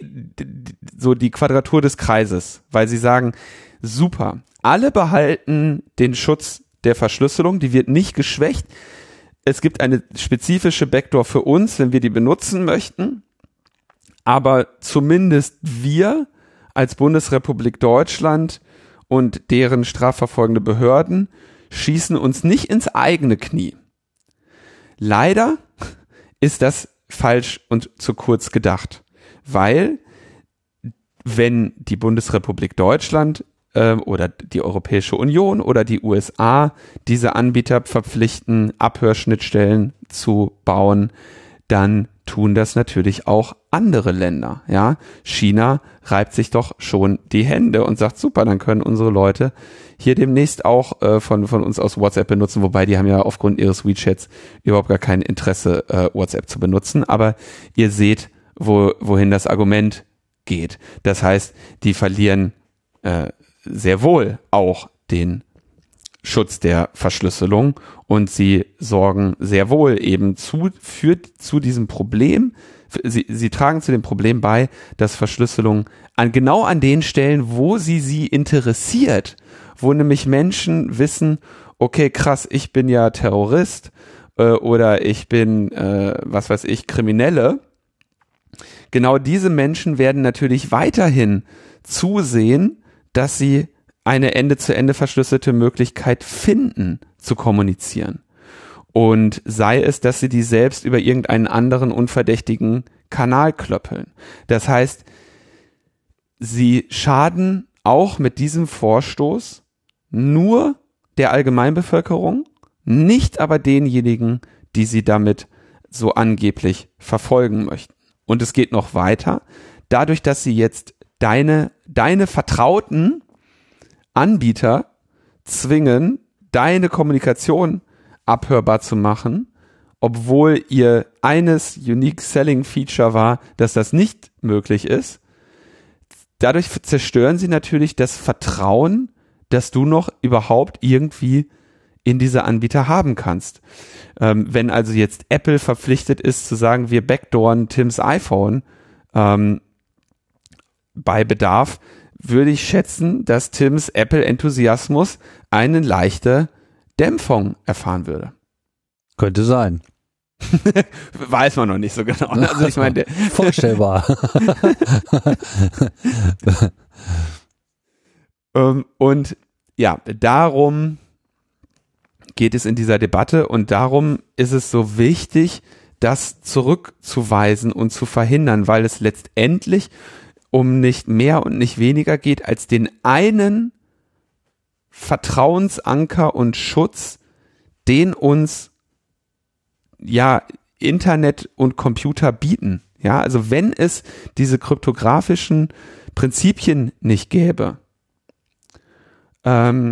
Quadratur des Kreises, weil sie sagen, super, alle behalten den Schutz der Verschlüsselung, die wird nicht geschwächt. Es gibt eine spezifische Backdoor für uns, wenn wir die benutzen möchten. Aber zumindest wir als Bundesrepublik Deutschland und deren strafverfolgende Behörden schießen uns nicht ins eigene Knie. Leider ist das falsch und zu kurz gedacht, weil wenn die Bundesrepublik Deutschland oder die Europäische Union oder die USA diese Anbieter verpflichten, Abhörschnittstellen zu bauen, dann tun das natürlich auch andere Länder, ja. China reibt sich doch schon die Hände und sagt, super, dann können unsere Leute hier demnächst auch von uns aus WhatsApp benutzen, wobei die haben ja aufgrund ihres WeChats überhaupt gar kein Interesse, WhatsApp zu benutzen, aber ihr seht, wohin das Argument geht. Das heißt, die verlieren sehr wohl auch den Schutz der Verschlüsselung und sie sorgen sehr wohl eben zu diesem Problem, sie tragen zu dem Problem bei, dass Verschlüsselung genau an den Stellen, wo sie interessiert, wo nämlich Menschen wissen, okay, krass, ich bin ja Terrorist oder ich bin, was weiß ich, Kriminelle. Genau diese Menschen werden natürlich weiterhin zusehen, dass sie eine Ende-zu-Ende verschlüsselte Möglichkeit finden, zu kommunizieren. Und sei es, dass sie die selbst über irgendeinen anderen unverdächtigen Kanal klöppeln. Das heißt, sie schaden auch mit diesem Vorstoß nur der Allgemeinbevölkerung, nicht aber denjenigen, die sie damit so angeblich verfolgen möchten. Und es geht noch weiter. Dadurch, dass sie jetzt deine vertrauten Anbieter zwingen, deine Kommunikation abhörbar zu machen, obwohl ihr eines Unique Selling Feature war, dass das nicht möglich ist. Dadurch zerstören sie natürlich das Vertrauen, dass du noch überhaupt irgendwie in diese Anbieter haben kannst. Wenn also jetzt Apple verpflichtet ist zu sagen, wir backdooren Tims iPhone bei Bedarf, würde ich schätzen, dass Tims Apple-Enthusiasmus eine leichte Dämpfung erfahren würde. Könnte sein. Weiß man noch nicht so genau. Also ich meine, vorstellbar. Und ja, darum geht es in dieser Debatte und darum ist es so wichtig, das zurückzuweisen und zu verhindern, weil es letztendlich um nicht mehr und nicht weniger geht als den einen Vertrauensanker und Schutz, den uns ja Internet und Computer bieten. Ja, also wenn es diese kryptografischen Prinzipien nicht gäbe, dann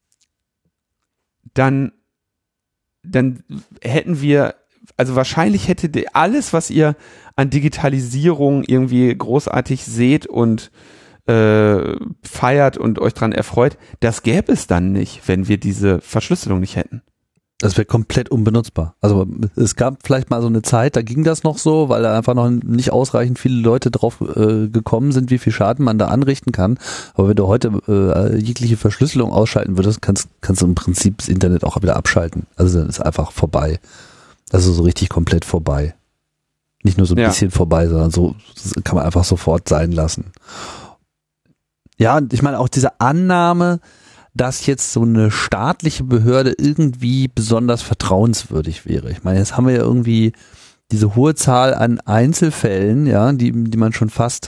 hätten wir, also wahrscheinlich hätte alles, was ihr an Digitalisierung irgendwie großartig seht und feiert und euch dran erfreut, das gäbe es dann nicht, wenn wir diese Verschlüsselung nicht hätten. Das wäre komplett unbenutzbar. Also es gab vielleicht mal so eine Zeit, da ging das noch so, weil da einfach noch nicht ausreichend viele Leute drauf gekommen sind, wie viel Schaden man da anrichten kann. Aber wenn du heute jegliche Verschlüsselung ausschalten würdest, kannst du im Prinzip das Internet auch wieder abschalten. Also dann ist einfach vorbei. Also so richtig komplett vorbei. Nicht nur so ein bisschen vorbei, sondern so kann man einfach sofort sein lassen. Ja, und ich meine auch diese Annahme, dass jetzt so eine staatliche Behörde irgendwie besonders vertrauenswürdig wäre. Ich meine, jetzt haben wir ja irgendwie diese hohe Zahl an Einzelfällen, ja, die man schon fast,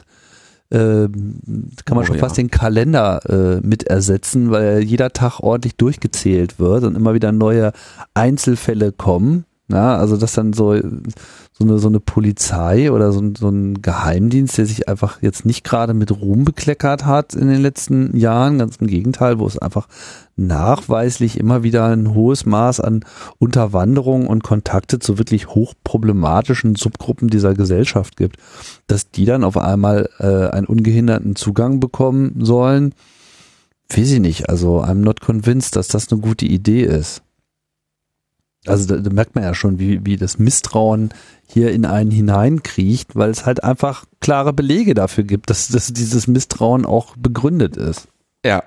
fast den Kalender mit ersetzen, weil jeder Tag ordentlich durchgezählt wird und immer wieder neue Einzelfälle kommen. Ja, also dass dann so eine Polizei oder so ein Geheimdienst, der sich einfach jetzt nicht gerade mit Ruhm bekleckert hat in den letzten Jahren, ganz im Gegenteil, wo es einfach nachweislich immer wieder ein hohes Maß an Unterwanderung und Kontakte zu wirklich hochproblematischen Subgruppen dieser Gesellschaft gibt, dass die dann auf einmal einen ungehinderten Zugang bekommen sollen, weiß ich nicht. Also I'm not convinced, dass das eine gute Idee ist. Also da merkt man ja schon, wie das Misstrauen hier in einen hineinkriecht, weil es halt einfach klare Belege dafür gibt, dass dieses Misstrauen auch begründet ist. Ja.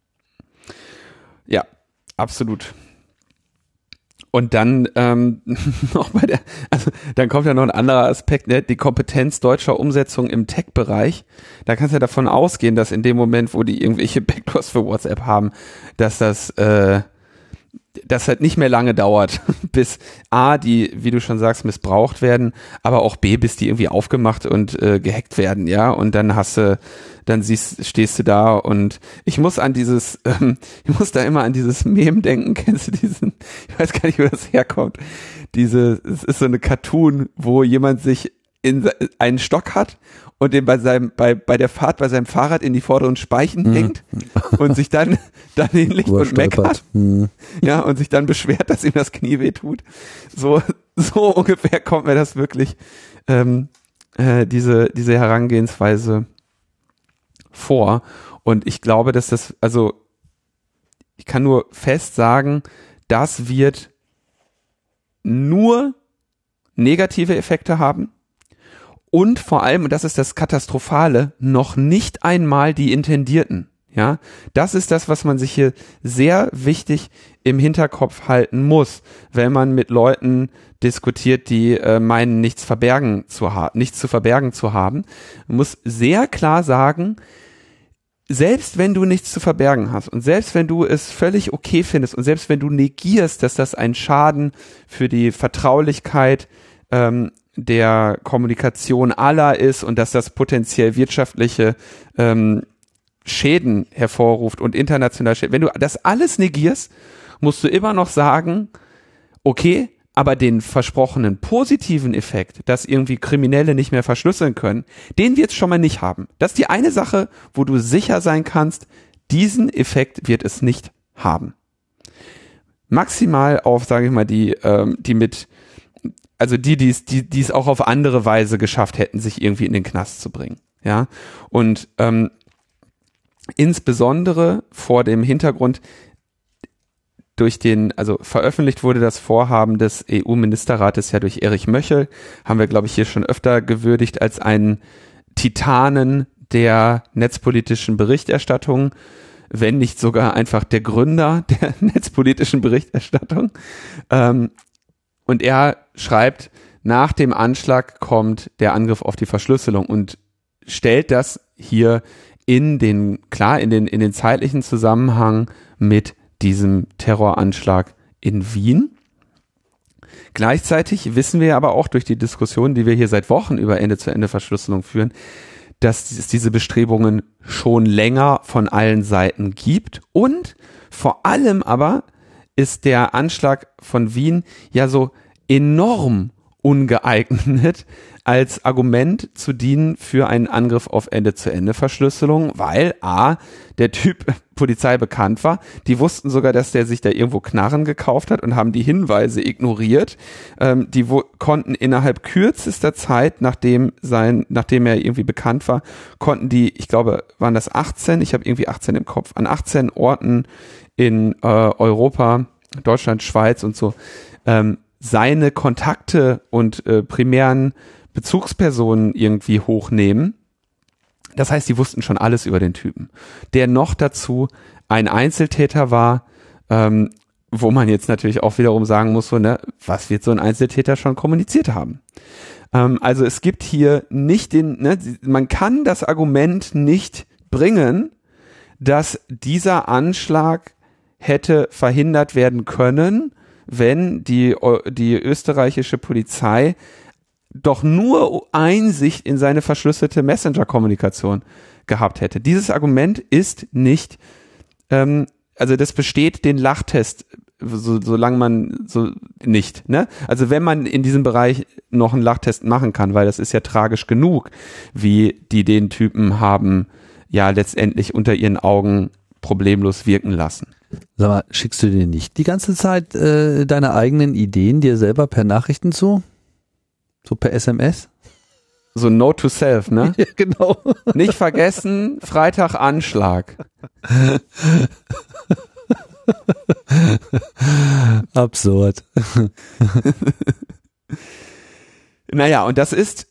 Ja, absolut. Und dann noch dann kommt ja noch ein anderer Aspekt, ne? Die Kompetenz deutscher Umsetzung im Tech-Bereich. Da kannst du ja davon ausgehen, dass in dem Moment, wo die irgendwelche Backdoors für WhatsApp haben, dass das halt nicht mehr lange dauert, bis A, die, wie du schon sagst, missbraucht werden, aber auch B, bis die irgendwie aufgemacht und gehackt werden, ja, und dann stehst du da und ich muss da immer an dieses Meme denken, kennst du diesen, ich weiß gar nicht, wo das herkommt, es ist so eine Cartoon, wo jemand sich in einen Stock hat und den bei der Fahrt bei seinem Fahrrad in die vorderen Speichen hängt und sich dann hinlegt und meckert. Ja, und sich dann beschwert, dass ihm das Knie weh tut. So ungefähr kommt mir das wirklich, diese Herangehensweise vor. Und ich glaube, dass ich kann nur fest sagen, das wird nur negative Effekte haben. Und vor allem, und das ist das Katastrophale, noch nicht einmal die Intendierten. Ja, das ist das, was man sich hier sehr wichtig im Hinterkopf halten muss, wenn man mit Leuten diskutiert, die meinen, nichts zu verbergen zu haben. Man muss sehr klar sagen, selbst wenn du nichts zu verbergen hast und selbst wenn du es völlig okay findest und selbst wenn du negierst, dass das ein Schaden für die Vertraulichkeit der Kommunikation aller ist und dass das potenziell wirtschaftliche Schäden hervorruft und international Schäden, wenn du das alles negierst, musst du immer noch sagen, okay, aber den versprochenen positiven Effekt, dass irgendwie Kriminelle nicht mehr verschlüsseln können, den wird es schon mal nicht haben. Das ist die eine Sache, wo du sicher sein kannst, diesen Effekt wird es nicht haben. Maximal auf, sage ich mal, die es auch auf andere Weise geschafft hätten, sich irgendwie in den Knast zu bringen. Ja, und insbesondere vor dem Hintergrund, veröffentlicht wurde das Vorhaben des EU-Ministerrates ja durch Erich Möchel, haben wir, glaube ich, hier schon öfter gewürdigt als einen Titanen der netzpolitischen Berichterstattung, wenn nicht sogar einfach der Gründer der netzpolitischen Berichterstattung. Und er schreibt, nach dem Anschlag kommt der Angriff auf die Verschlüsselung und stellt das hier in den zeitlichen Zusammenhang mit diesem Terroranschlag in Wien. Gleichzeitig wissen wir aber auch durch die Diskussion, die wir hier seit Wochen über Ende-zu-Ende-Verschlüsselung führen, dass es diese Bestrebungen schon länger von allen Seiten gibt und vor allem aber ist der Anschlag von Wien ja so enorm ungeeignet als Argument zu dienen für einen Angriff auf Ende-zu-Ende-Verschlüsselung, weil der Typ Polizei bekannt war. Die wussten sogar, dass der sich da irgendwo Knarren gekauft hat und haben die Hinweise ignoriert. Die konnten innerhalb kürzester Zeit, nachdem er irgendwie bekannt war, konnten die, ich glaube, waren das 18, ich habe irgendwie 18 im Kopf, an 18 Orten in Europa, Deutschland, Schweiz und so, seine Kontakte und primären Bezugspersonen irgendwie hochnehmen. Das heißt, die wussten schon alles über den Typen, der noch dazu ein Einzeltäter war, wo man jetzt natürlich auch wiederum sagen muss, was wird so ein Einzeltäter schon kommuniziert haben? Also es gibt hier nicht man kann das Argument nicht bringen, dass dieser Anschlag hätte verhindert werden können, wenn die österreichische Polizei doch nur Einsicht in seine verschlüsselte Messenger-Kommunikation gehabt hätte. Dieses Argument ist nicht, das besteht den Lachtest, solange man so nicht, ne? Also wenn man in diesem Bereich noch einen Lachtest machen kann, weil das ist ja tragisch genug, wie die den Typen haben ja letztendlich unter ihren Augen problemlos wirken lassen. Sag mal, schickst du dir nicht die ganze Zeit deine eigenen Ideen dir selber per Nachrichten zu? So per SMS? So Note to self, ne? Ja, genau. Nicht vergessen, Freitag Anschlag. Absurd. Naja, und das ist,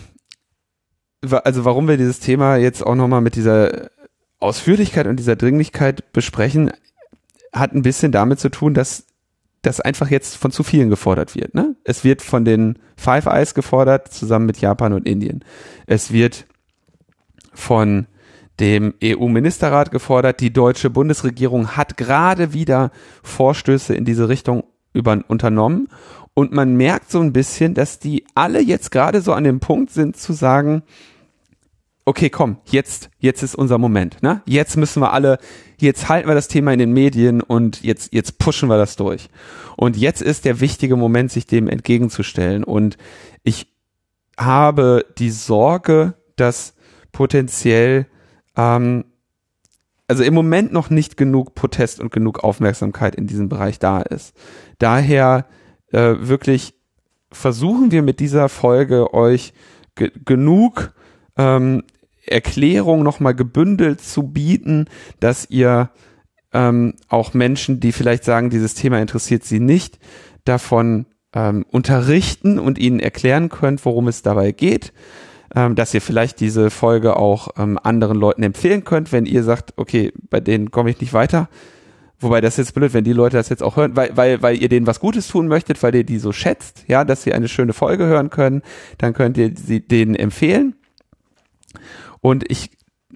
warum wir dieses Thema jetzt auch nochmal mit dieser Ausführlichkeit und dieser Dringlichkeit besprechen, hat ein bisschen damit zu tun, dass das einfach jetzt von zu vielen gefordert wird. Ne? Es wird von den Five Eyes gefordert, zusammen mit Japan und Indien. Es wird von dem EU-Ministerrat gefordert. Die deutsche Bundesregierung hat gerade wieder Vorstöße in diese Richtung unternommen. Und man merkt so ein bisschen, dass die alle jetzt gerade so an dem Punkt sind zu sagen, okay, komm, jetzt ist unser Moment, ne? Jetzt halten wir das Thema in den Medien und jetzt pushen wir das durch. Und jetzt ist der wichtige Moment, sich dem entgegenzustellen. Und ich habe die Sorge, dass potenziell, im Moment noch nicht genug Protest und genug Aufmerksamkeit in diesem Bereich da ist. Daher wirklich versuchen wir mit dieser Folge euch genug Erklärung nochmal gebündelt zu bieten, dass ihr auch Menschen, die vielleicht sagen, dieses Thema interessiert sie nicht, davon unterrichten und ihnen erklären könnt, worum es dabei geht, dass ihr vielleicht diese Folge auch anderen Leuten empfehlen könnt, wenn ihr sagt, okay, bei denen komme ich nicht weiter. Wobei das ist jetzt blöd, wenn die Leute das jetzt auch hören, weil ihr denen was Gutes tun möchtet, weil ihr die so schätzt, ja, dass sie eine schöne Folge hören können, dann könnt ihr sie denen empfehlen. Und ich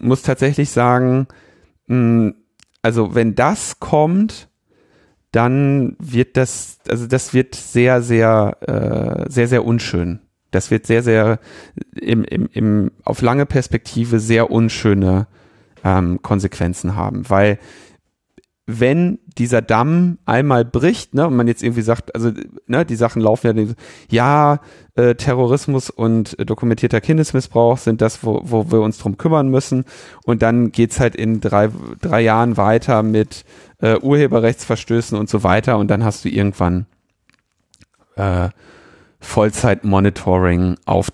muss tatsächlich sagen, also wenn das kommt, dann wird das wird sehr, sehr, sehr, sehr unschön. Das wird sehr, sehr auf lange Perspektive sehr unschöne Konsequenzen haben, weil wenn dieser Damm einmal bricht, ne, und man jetzt irgendwie sagt, also ne, die Sachen laufen Terrorismus und dokumentierter Kindesmissbrauch sind das, wo wir uns drum kümmern müssen, und dann geht's halt in drei Jahren weiter mit Urheberrechtsverstößen und so weiter, und dann hast du irgendwann Vollzeit-Monitoring auf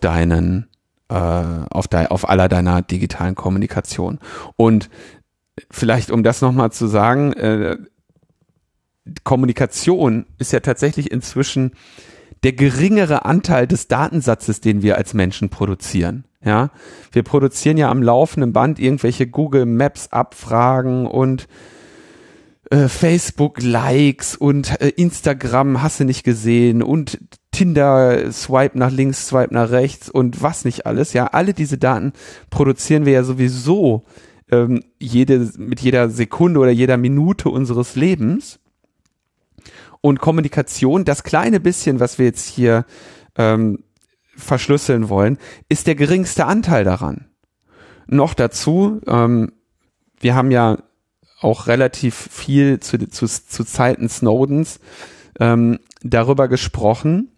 auf aller deiner digitalen Kommunikation. Und vielleicht, um das nochmal zu sagen, Kommunikation ist ja tatsächlich inzwischen der geringere Anteil des Datensatzes, den wir als Menschen produzieren. Ja, wir produzieren ja am laufenden Band irgendwelche Google Maps Abfragen und Facebook Likes und Instagram hast du nicht gesehen und Tinder Swipe nach links, Swipe nach rechts und was nicht alles. Ja, alle diese Daten produzieren wir ja sowieso mit jeder Sekunde oder jeder Minute unseres Lebens. Und Kommunikation, das kleine bisschen, was wir jetzt hier verschlüsseln wollen, ist der geringste Anteil daran. Noch dazu, wir haben ja auch relativ viel zu Zeiten Snowdens darüber gesprochen,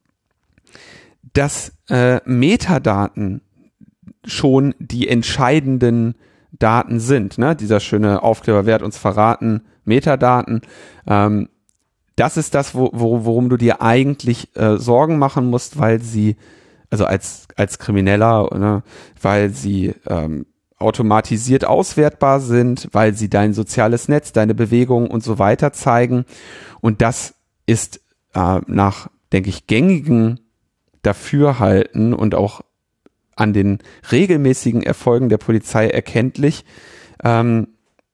dass Metadaten schon die entscheidenden Daten sind. Ne? Dieser schöne Aufkleber, wer hat uns verraten, Metadaten. Das ist das, worum du dir eigentlich Sorgen machen musst, weil sie, also als Krimineller, ne, weil sie automatisiert auswertbar sind, weil sie dein soziales Netz, deine Bewegungen und so weiter zeigen. Und das ist nach, denke ich, gängigen Dafürhalten und auch an den regelmäßigen Erfolgen der Polizei erkenntlich ein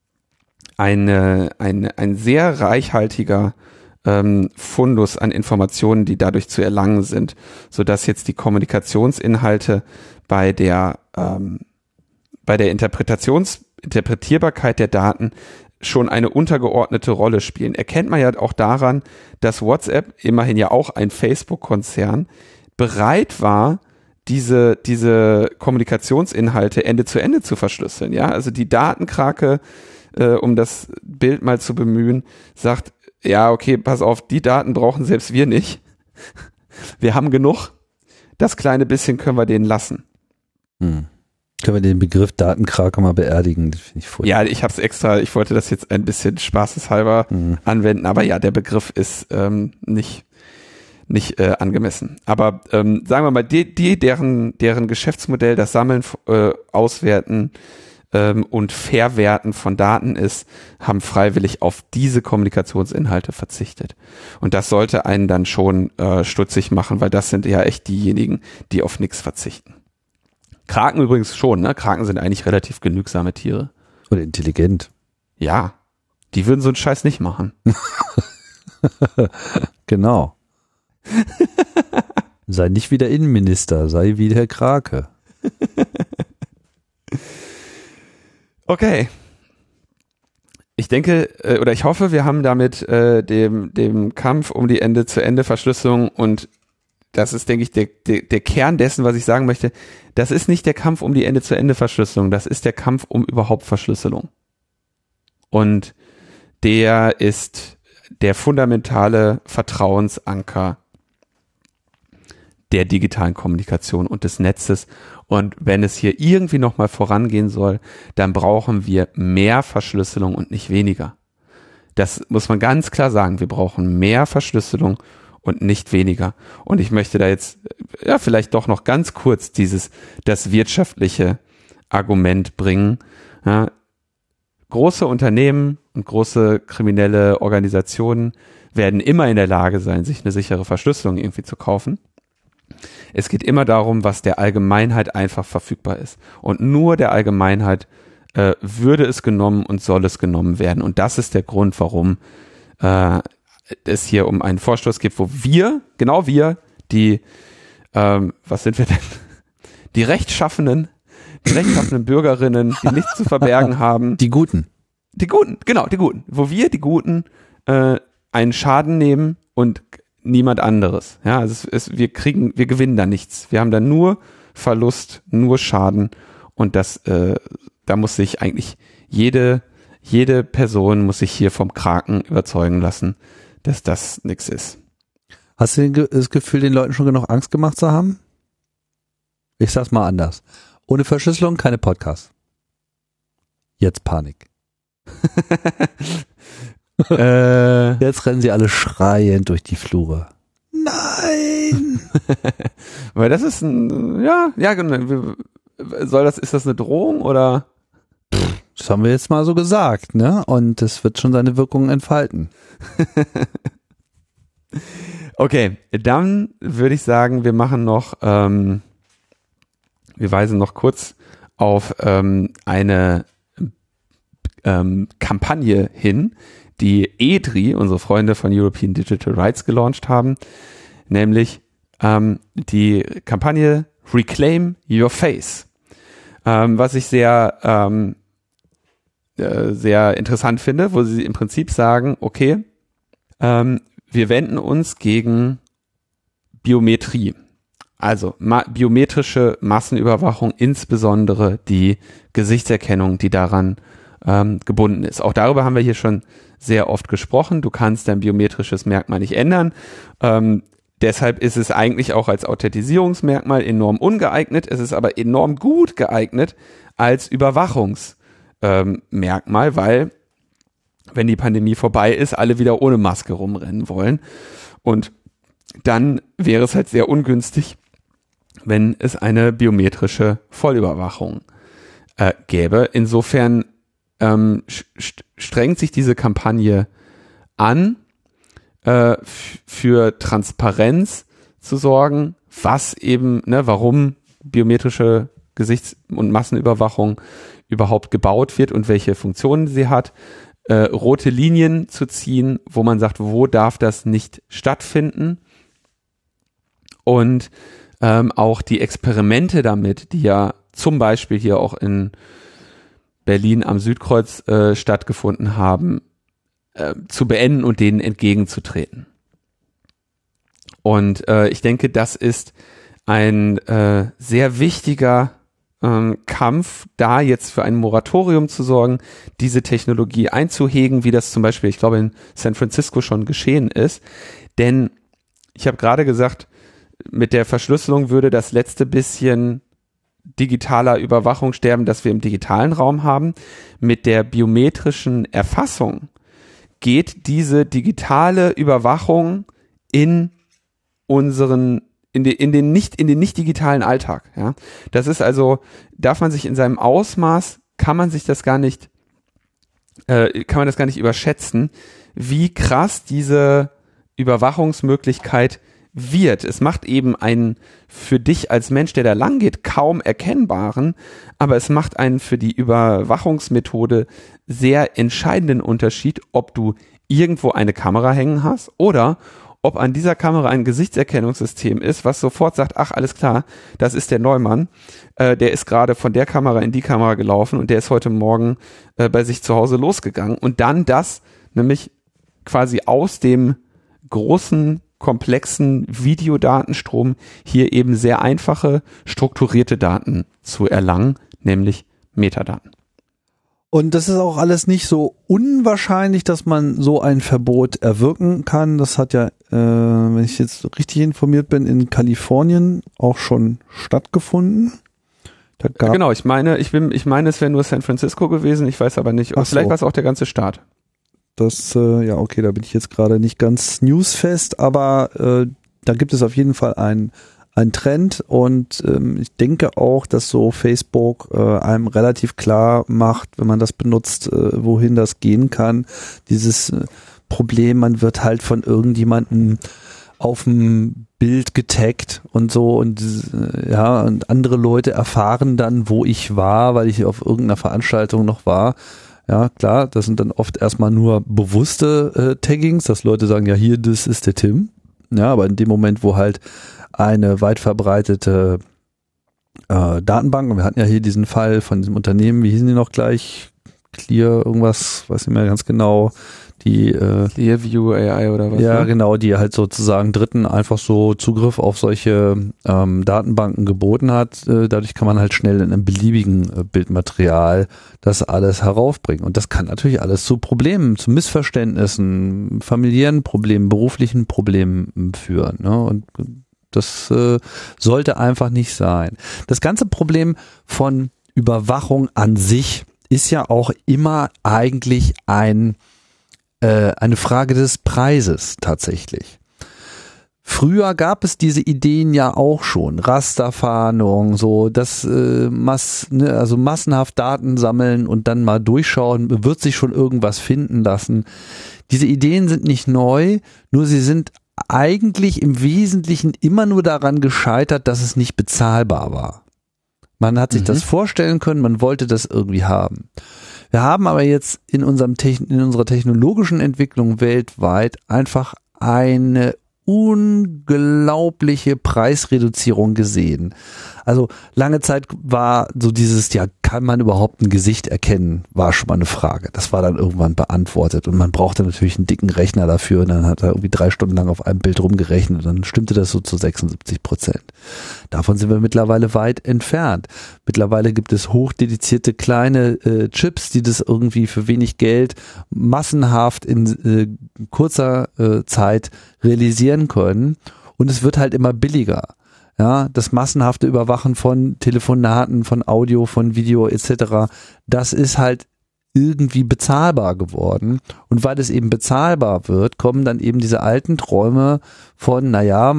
sehr reichhaltiger Fundus an Informationen, die dadurch zu erlangen sind, sodass jetzt die Kommunikationsinhalte bei der Interpretierbarkeit der Daten schon eine untergeordnete Rolle spielen. Erkennt man ja auch daran, dass WhatsApp, immerhin ja auch ein Facebook-Konzern, bereit war, diese Kommunikationsinhalte Ende zu Ende zu verschlüsseln. Ja, also die Datenkrake, um das Bild mal zu bemühen, sagt, ja, okay, pass auf, die Daten brauchen selbst wir nicht. Wir haben genug. Das kleine bisschen können wir denen lassen. Können wir den Begriff Datenkrake mal beerdigen? Das finde ich furchtbar. Ja, ich wollte das jetzt ein bisschen spaßeshalber anwenden, aber ja, der Begriff ist nicht angemessen. Aber sagen wir mal, deren Geschäftsmodell das Sammeln, Auswerten und Verwerten von Daten ist, haben freiwillig auf diese Kommunikationsinhalte verzichtet. Und das sollte einen dann schon stutzig machen, weil das sind ja echt diejenigen, die auf nichts verzichten. Kraken übrigens schon, ne? Kraken sind eigentlich relativ genügsame Tiere. Oder intelligent. Ja, die würden so einen Scheiß nicht machen. Genau. Sei nicht wie der Innenminister, sei wie der Krake. Okay. Ich denke, oder ich hoffe, wir haben damit dem Kampf um die Ende-zu-Ende-Verschlüsselung, und das ist, denke ich, der Kern dessen, was ich sagen möchte, das ist nicht der Kampf um die Ende-zu-Ende-Verschlüsselung, das ist der Kampf um überhaupt Verschlüsselung. Und der ist der fundamentale Vertrauensanker der digitalen Kommunikation und des Netzes. Und wenn es hier irgendwie nochmal vorangehen soll, dann brauchen wir mehr Verschlüsselung und nicht weniger. Das muss man ganz klar sagen. Wir brauchen mehr Verschlüsselung und nicht weniger. Und ich möchte da jetzt vielleicht doch noch ganz kurz das wirtschaftliche Argument bringen. Ja, große Unternehmen und große kriminelle Organisationen werden immer in der Lage sein, sich eine sichere Verschlüsselung irgendwie zu kaufen. Es geht immer darum, was der Allgemeinheit einfach verfügbar ist. Und nur der Allgemeinheit würde es genommen und soll es genommen werden. Und das ist der Grund, warum es hier um einen Vorstoß geht, wo wir, was sind wir denn? Die Rechtschaffenen die rechtschaffenen Bürgerinnen, die nichts zu verbergen haben. Die Guten. Die Guten, genau, die Guten. Wo wir, die Guten, einen Schaden nehmen und niemand anderes. Ja, also wir gewinnen da nichts. Wir haben da nur Verlust, nur Schaden und da muss sich eigentlich jede Person muss sich hier vom Kraken überzeugen lassen, dass das nichts ist. Hast du das Gefühl, den Leuten schon genug Angst gemacht zu haben? Ich sag's mal anders. Ohne Verschlüsselung keine Podcasts. Jetzt Panik. Jetzt rennen sie alle schreiend durch die Flure. Nein! Weil das ist ja, genau. Ist das eine Drohung oder? Das haben wir jetzt mal so gesagt, ne? Und es wird schon seine Wirkungen entfalten. Okay, dann würde ich sagen, wir machen noch, wir weisen noch kurz auf eine Kampagne hin, die EDRI, unsere Freunde von European Digital Rights, gelauncht haben, nämlich die Kampagne Reclaim Your Face, was ich sehr interessant finde, wo sie im Prinzip sagen, okay, wir wenden uns gegen Biometrie, also biometrische Massenüberwachung, insbesondere die Gesichtserkennung, die daran gebunden ist. Auch darüber haben wir hier schon sehr oft gesprochen. Du kannst dein biometrisches Merkmal nicht ändern. Deshalb ist es eigentlich auch als Authentisierungsmerkmal enorm ungeeignet. Es ist aber enorm gut geeignet als Überwachungsmerkmal, weil wenn die Pandemie vorbei ist, alle wieder ohne Maske rumrennen wollen. Und dann wäre es halt sehr ungünstig, wenn es eine biometrische Vollüberwachung gäbe. Insofern strengt sich diese Kampagne an, für Transparenz zu sorgen, was eben, warum biometrische Gesichts- und Massenüberwachung überhaupt gebaut wird und welche Funktionen sie hat, rote Linien zu ziehen, wo man sagt, wo darf das nicht stattfinden, und auch die Experimente damit, die ja zum Beispiel hier auch in Berlin am Südkreuz stattgefunden haben, zu beenden und denen entgegenzutreten. Und ich denke, das ist ein sehr wichtiger Kampf, da jetzt für ein Moratorium zu sorgen, diese Technologie einzuhegen, wie das zum Beispiel, ich glaube, in San Francisco schon geschehen ist. Denn ich habe gerade gesagt, mit der Verschlüsselung würde das letzte bisschen digitaler Überwachung sterben, das wir im digitalen Raum haben. Mit der biometrischen Erfassung geht diese digitale Überwachung in den nicht digitalen Alltag. Ja, das ist also, darf man sich in seinem Ausmaß, kann man das gar nicht überschätzen, wie krass diese Überwachungsmöglichkeit wird. Es macht eben einen für dich als Mensch, der da lang geht, kaum erkennbaren, aber es macht einen für die Überwachungsmethode sehr entscheidenden Unterschied, ob du irgendwo eine Kamera hängen hast oder ob an dieser Kamera ein Gesichtserkennungssystem ist, was sofort sagt, ach, alles klar, das ist der Neumann, der ist gerade von der Kamera in die Kamera gelaufen und der ist heute Morgen bei sich zu Hause losgegangen, und dann das nämlich quasi aus dem großen, komplexen Videodatenstrom hier eben sehr einfache, strukturierte Daten zu erlangen, nämlich Metadaten. Und das ist auch alles nicht so unwahrscheinlich, dass man so ein Verbot erwirken kann. Das hat ja, wenn ich jetzt richtig informiert bin, in Kalifornien auch schon stattgefunden. Genau, ich meine, es wäre nur San Francisco gewesen, ich weiß aber nicht. Vielleicht war es auch der ganze Staat. Das, ja, okay, da bin ich jetzt gerade nicht ganz newsfest, aber da gibt es auf jeden Fall einen Trend, und ich denke auch, dass so Facebook einem relativ klar macht, wenn man das benutzt, wohin das gehen kann. Dieses Problem, man wird halt von irgendjemandem auf dem Bild getaggt und so, und ja, und andere Leute erfahren dann, wo ich war, weil ich auf irgendeiner Veranstaltung noch war. Ja, klar, das sind dann oft erstmal nur bewusste Taggings, dass Leute sagen, ja, hier, das ist der Tim. Ja, aber in dem Moment, wo halt eine weit verbreitete Datenbanken. Wir hatten ja hier diesen Fall von diesem Unternehmen, wie hießen die noch gleich? Clear irgendwas, weiß nicht mehr ganz genau. Die Clearview AI oder was? Ja, ne? genau, die halt sozusagen Dritten einfach so Zugriff auf solche Datenbanken geboten hat. Dadurch kann man halt schnell in einem beliebigen Bildmaterial das alles heraufbringen. Und das kann natürlich alles zu Problemen, zu Missverständnissen, familiären Problemen, beruflichen Problemen führen. Ne? Und das sollte einfach nicht sein. Das ganze Problem von Überwachung an sich ist ja auch immer eigentlich eine Frage des Preises tatsächlich. Früher gab es diese Ideen ja auch schon, Rasterfahndung, so das also massenhaft Daten sammeln und dann mal durchschauen, wird sich schon irgendwas finden lassen. Diese Ideen sind nicht neu, nur sie sind eigentlich im Wesentlichen immer nur daran gescheitert, dass es nicht bezahlbar war. Man hat sich das vorstellen können, man wollte das irgendwie haben. Wir haben aber jetzt in unserer technologischen Entwicklung weltweit einfach eine unglaubliche Preisreduzierung gesehen. Also lange Zeit war so dieses, ja, kann man überhaupt ein Gesicht erkennen, war schon mal eine Frage. Das war dann irgendwann beantwortet und man brauchte natürlich einen dicken Rechner dafür und dann hat er irgendwie 3 Stunden lang auf einem Bild rumgerechnet und dann stimmte das so zu 76%. Davon sind wir mittlerweile weit entfernt. Mittlerweile gibt es hochdedizierte kleine Chips, die das irgendwie für wenig Geld massenhaft in kurzer Zeit realisieren können und es wird halt immer billiger. Ja, das massenhafte Überwachen von Telefonaten, von Audio, von Video etc., das ist halt irgendwie bezahlbar geworden. Und weil es eben bezahlbar wird, kommen dann eben diese alten Träume von, naja,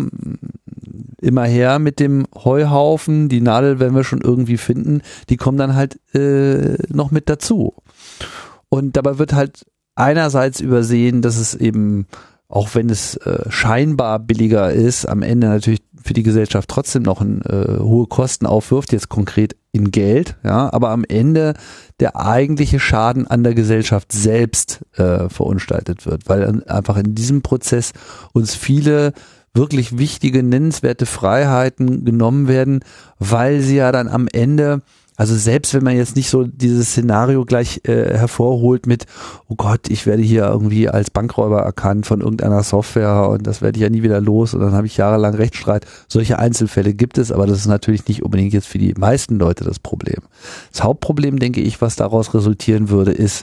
immer her mit dem Heuhaufen, die Nadel werden wir schon irgendwie finden, die kommen dann halt noch mit dazu. Und dabei wird halt einerseits übersehen, dass es eben, auch wenn es scheinbar billiger ist, am Ende natürlich für die Gesellschaft trotzdem noch hohe Kosten aufwirft, jetzt konkret in Geld, ja, aber am Ende der eigentliche Schaden an der Gesellschaft selbst verunstaltet wird, weil einfach in diesem Prozess uns viele wirklich wichtige, nennenswerte Freiheiten genommen werden, weil sie ja dann am Ende, also selbst wenn man jetzt nicht so dieses Szenario gleich hervorholt mit, oh Gott, ich werde hier irgendwie als Bankräuber erkannt von irgendeiner Software und das werde ich ja nie wieder los und dann habe ich jahrelang Rechtsstreit. Solche Einzelfälle gibt es, aber das ist natürlich nicht unbedingt jetzt für die meisten Leute das Problem. Das Hauptproblem, denke ich, was daraus resultieren würde, ist,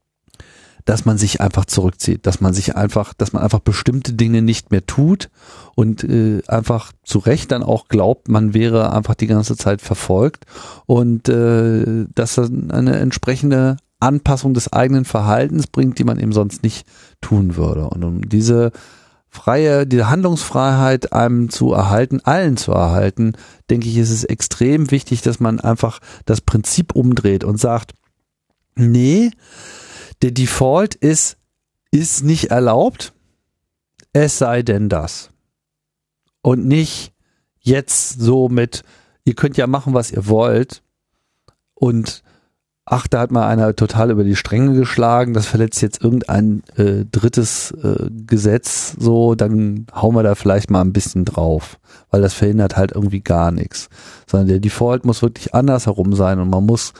dass man sich einfach zurückzieht, dass man einfach bestimmte Dinge nicht mehr tut und einfach zu Recht dann auch glaubt, man wäre einfach die ganze Zeit verfolgt und dass dann eine entsprechende Anpassung des eigenen Verhaltens bringt, die man eben sonst nicht tun würde. Und um diese Handlungsfreiheit einem zu erhalten, allen zu erhalten, denke ich, ist es extrem wichtig, dass man einfach das Prinzip umdreht und sagt, nee, der Default ist nicht erlaubt, es sei denn das. Und nicht jetzt so mit, ihr könnt ja machen, was ihr wollt und ach, da hat mal einer total über die Stränge geschlagen, das verletzt jetzt irgendein drittes Gesetz, so, dann hauen wir da vielleicht mal ein bisschen drauf, weil das verhindert halt irgendwie gar nichts. Sondern der Default muss wirklich andersherum sein und man muss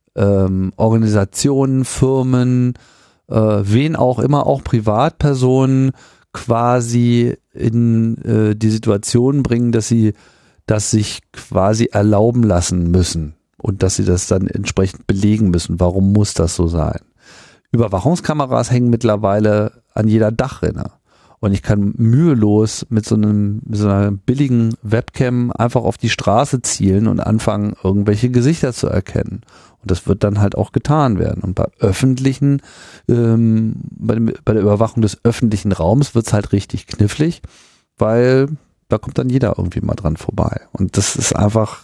Organisationen, Firmen, wen auch immer, auch Privatpersonen quasi in die Situation bringen, dass sie das sich quasi erlauben lassen müssen und dass sie das dann entsprechend belegen müssen. Warum muss das so sein? Überwachungskameras hängen mittlerweile an jeder Dachrinne. Und ich kann mühelos mit so einer billigen Webcam einfach auf die Straße zielen und anfangen, irgendwelche Gesichter zu erkennen. Und das wird dann halt auch getan werden. Und bei öffentlichen, bei der Überwachung des öffentlichen Raums wird's halt richtig knifflig, weil da kommt dann jeder irgendwie mal dran vorbei. Und das ist einfach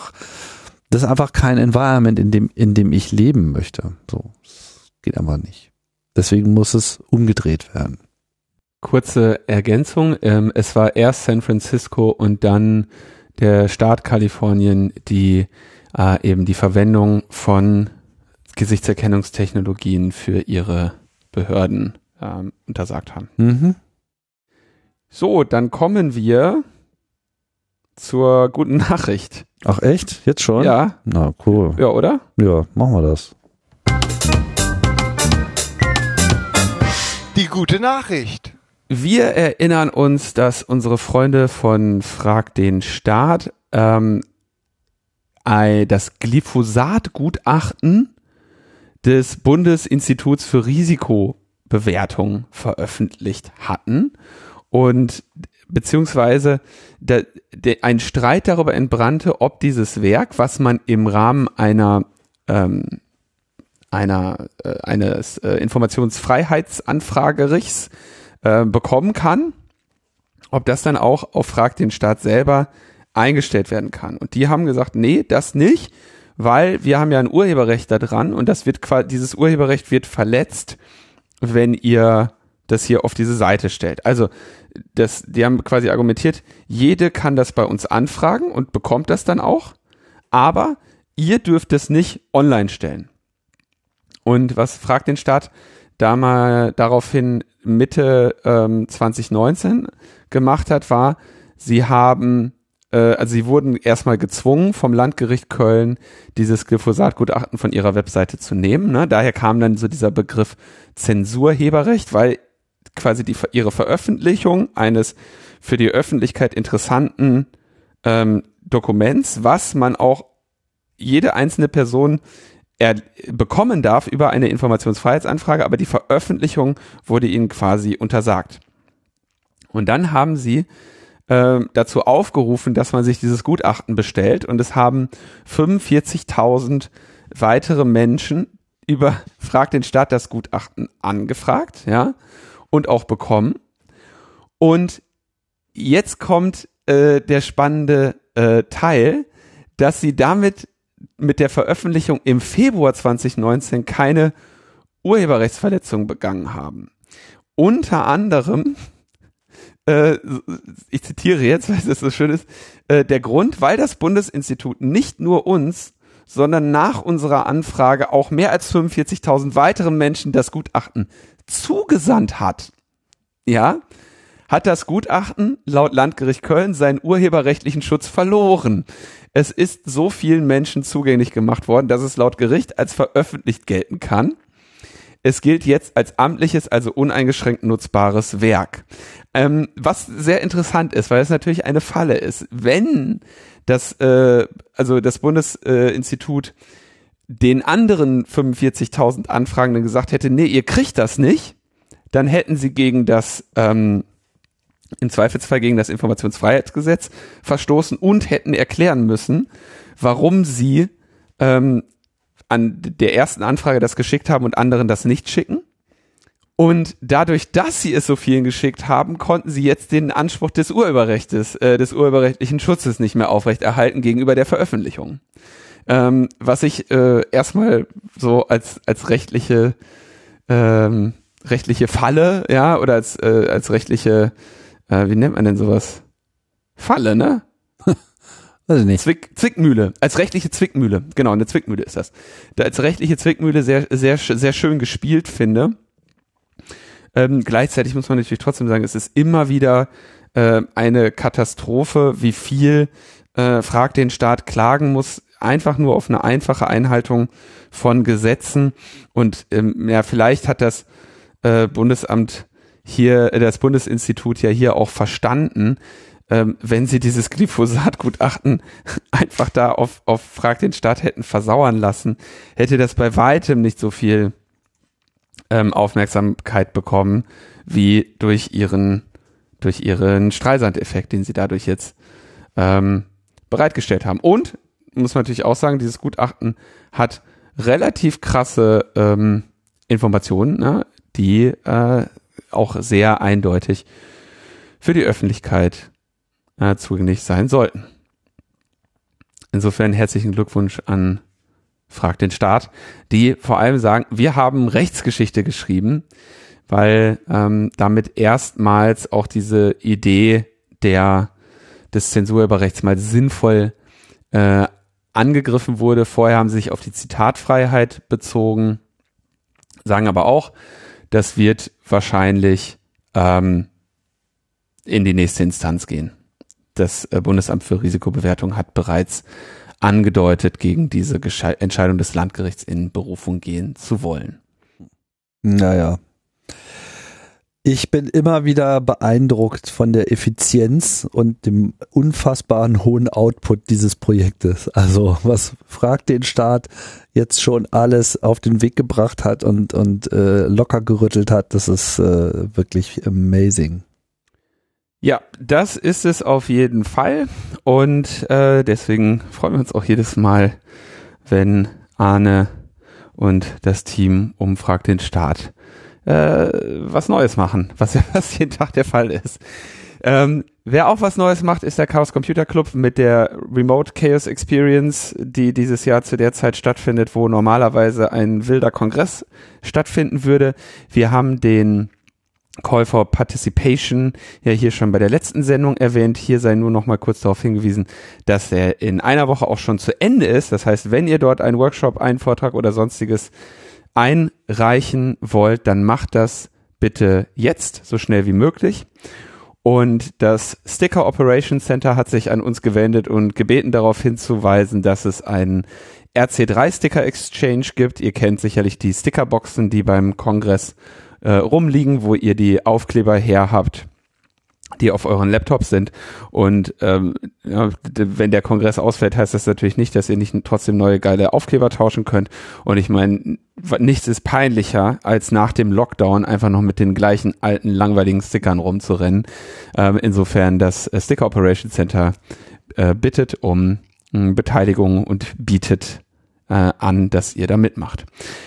kein Environment, in dem ich leben möchte. So, das geht einfach nicht. Deswegen muss es umgedreht werden. Kurze Ergänzung, es war erst San Francisco und dann der Staat Kalifornien, die eben die Verwendung von Gesichtserkennungstechnologien für ihre Behörden untersagt haben. Mhm. So, dann kommen wir zur guten Nachricht. Ach echt? Jetzt schon? Ja. Na, cool. Ja, oder? Ja, machen wir das. Die gute Nachricht. Wir erinnern uns, dass unsere Freunde von Frag den Staat das Glyphosat-Gutachten des Bundesinstituts für Risikobewertung veröffentlicht hatten und beziehungsweise ein Streit darüber entbrannte, ob dieses Werk, was man im Rahmen eines Informationsfreiheitsanfragerichts bekommen kann, ob das dann auch auf Frag den Staat selber eingestellt werden kann. Und die haben gesagt, nee, das nicht, weil wir haben ja ein Urheberrecht da dran und dieses Urheberrecht wird verletzt, wenn ihr das hier auf diese Seite stellt. Also die haben quasi argumentiert, jede kann das bei uns anfragen und bekommt das dann auch, aber ihr dürft es nicht online stellen. Und was Frag den Staat daraufhin Mitte 2019 gemacht hat, war, sie wurden erstmal gezwungen vom Landgericht Köln, dieses Glyphosat-Gutachten von ihrer Webseite zu nehmen. Ne? Daher kam dann so dieser Begriff Zensurheberrecht, weil quasi ihre Veröffentlichung eines für die Öffentlichkeit interessanten Dokuments, was man auch jede einzelne Person bekommen darf über eine Informationsfreiheitsanfrage, aber die Veröffentlichung wurde ihnen quasi untersagt. Und dann haben sie dazu aufgerufen, dass man sich dieses Gutachten bestellt und es haben 45.000 weitere Menschen über Frag den Staat das Gutachten angefragt, ja, und auch bekommen. Und jetzt kommt der spannende Teil, dass sie damit mit der Veröffentlichung im Februar 2019 keine Urheberrechtsverletzung begangen haben. Unter anderem, ich zitiere jetzt, weil es so schön ist, der Grund, weil das Bundesinstitut nicht nur uns, sondern nach unserer Anfrage auch mehr als 45.000 weiteren Menschen das Gutachten zugesandt hat, ja, hat das Gutachten laut Landgericht Köln seinen urheberrechtlichen Schutz verloren. Es ist so vielen Menschen zugänglich gemacht worden, dass es laut Gericht als veröffentlicht gelten kann. Es gilt jetzt als amtliches, also uneingeschränkt nutzbares Werk. Was sehr interessant ist, weil es natürlich eine Falle ist. Wenn das Bundesinstitut den anderen 45.000 Anfragenden gesagt hätte, nee, ihr kriegt das nicht, dann hätten sie gegen das im Zweifelsfall gegen das Informationsfreiheitsgesetz verstoßen und hätten erklären müssen, warum sie an der ersten Anfrage das geschickt haben und anderen das nicht schicken. Und dadurch, dass sie es so vielen geschickt haben, konnten sie jetzt den Anspruch des urheberrechtlichen Schutzes nicht mehr aufrechterhalten gegenüber der Veröffentlichung. Was ich erstmal so als rechtliche Falle, ja, oder als rechtliche wie nennt man denn sowas? Falle, ne? Weiß ich nicht. Zwickmühle. Als rechtliche Zwickmühle. Genau, eine Zwickmühle ist das. Da als rechtliche Zwickmühle sehr, sehr, sehr schön gespielt finde. Gleichzeitig muss man natürlich trotzdem sagen, es ist immer wieder eine Katastrophe, wie viel Frag den Staat klagen muss, einfach nur auf eine einfache Einhaltung von Gesetzen. Und vielleicht hat das das Bundesinstitut ja hier auch verstanden, wenn sie dieses Glyphosat-Gutachten einfach da auf Frag den Staat hätten versauern lassen, hätte das bei weitem nicht so viel Aufmerksamkeit bekommen, wie durch ihren Streisand-Effekt, den sie dadurch jetzt bereitgestellt haben. Und, muss man natürlich auch sagen, dieses Gutachten hat relativ krasse Informationen, ne, die auch sehr eindeutig für die Öffentlichkeit zugänglich sein sollten. Insofern herzlichen Glückwunsch an Frag den Staat, die vor allem sagen, wir haben Rechtsgeschichte geschrieben, weil damit erstmals auch diese Idee des Zensurheberrechts mal sinnvoll angegriffen wurde. Vorher haben sie sich auf die Zitatfreiheit bezogen, sagen aber auch, das wird wahrscheinlich in die nächste Instanz gehen. das Bundesamt für Risikobewertung hat bereits angedeutet, gegen diese Entscheidung des Landgerichts in Berufung gehen zu wollen. Naja. Ich bin immer wieder beeindruckt von der Effizienz und dem unfassbaren hohen Output dieses Projektes. Also was Frag den Staat jetzt schon alles auf den Weg gebracht hat und locker gerüttelt hat, das ist wirklich amazing. Ja, das ist es auf jeden Fall und deswegen freuen wir uns auch jedes Mal, wenn Arne und das Team um Frag den Staat was Neues machen, was ja fast jeden Tag der Fall ist. Wer auch was Neues macht, ist der Chaos Computer Club mit der Remote Chaos Experience, die dieses Jahr zu der Zeit stattfindet, wo normalerweise ein wilder Kongress stattfinden würde. Wir haben den Call for Participation ja hier schon bei der letzten Sendung erwähnt. Hier sei nur noch mal kurz darauf hingewiesen, dass er in einer Woche auch schon zu Ende ist. Das heißt, wenn ihr dort einen Workshop, einen Vortrag oder sonstiges einreichen wollt, dann macht das bitte jetzt, so schnell wie möglich. Und das Sticker Operations Center hat sich an uns gewendet und gebeten, darauf hinzuweisen, dass es einen RC3 Sticker Exchange gibt. Ihr kennt sicherlich die Stickerboxen, die beim Kongress rumliegen, wo ihr die Aufkleber her habt, die auf euren Laptops sind. Und wenn der Kongress ausfällt, heißt das natürlich nicht, dass ihr nicht trotzdem neue geile Aufkleber tauschen könnt. Und ich meine, nichts ist peinlicher, als nach dem Lockdown einfach noch mit den gleichen alten, langweiligen Stickern rumzurennen. Insofern das Sticker Operations Center bittet um Beteiligung und bietet an, dass ihr da mitmacht.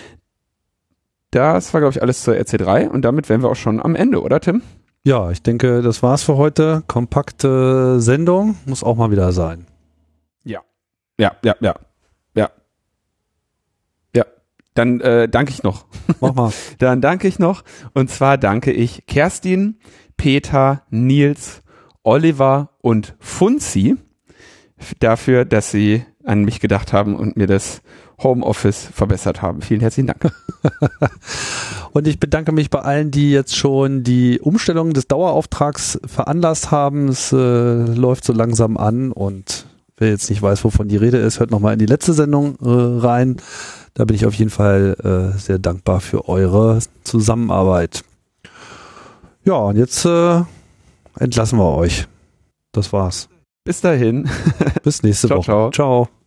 Das war, glaube ich, alles zur RC3 und damit wären wir auch schon am Ende, oder Tim? Ja, ich denke, das war's für heute. Kompakte Sendung, muss auch mal wieder sein. Ja. Dann danke ich noch. Mach mal. Dann danke ich noch und zwar danke ich Kerstin, Peter, Nils, Oliver und Funzi dafür, dass sie an mich gedacht haben und mir das Homeoffice verbessert haben. Vielen herzlichen Dank. Und ich bedanke mich bei allen, die jetzt schon die Umstellung des Dauerauftrags veranlasst haben. Es läuft so langsam an und wer jetzt nicht weiß, wovon die Rede ist, hört nochmal in die letzte Sendung rein. Da bin ich auf jeden Fall sehr dankbar für eure Zusammenarbeit. Ja, und jetzt entlassen wir euch. Das war's. Bis dahin. Bis nächste Woche. Ciao. Ciao.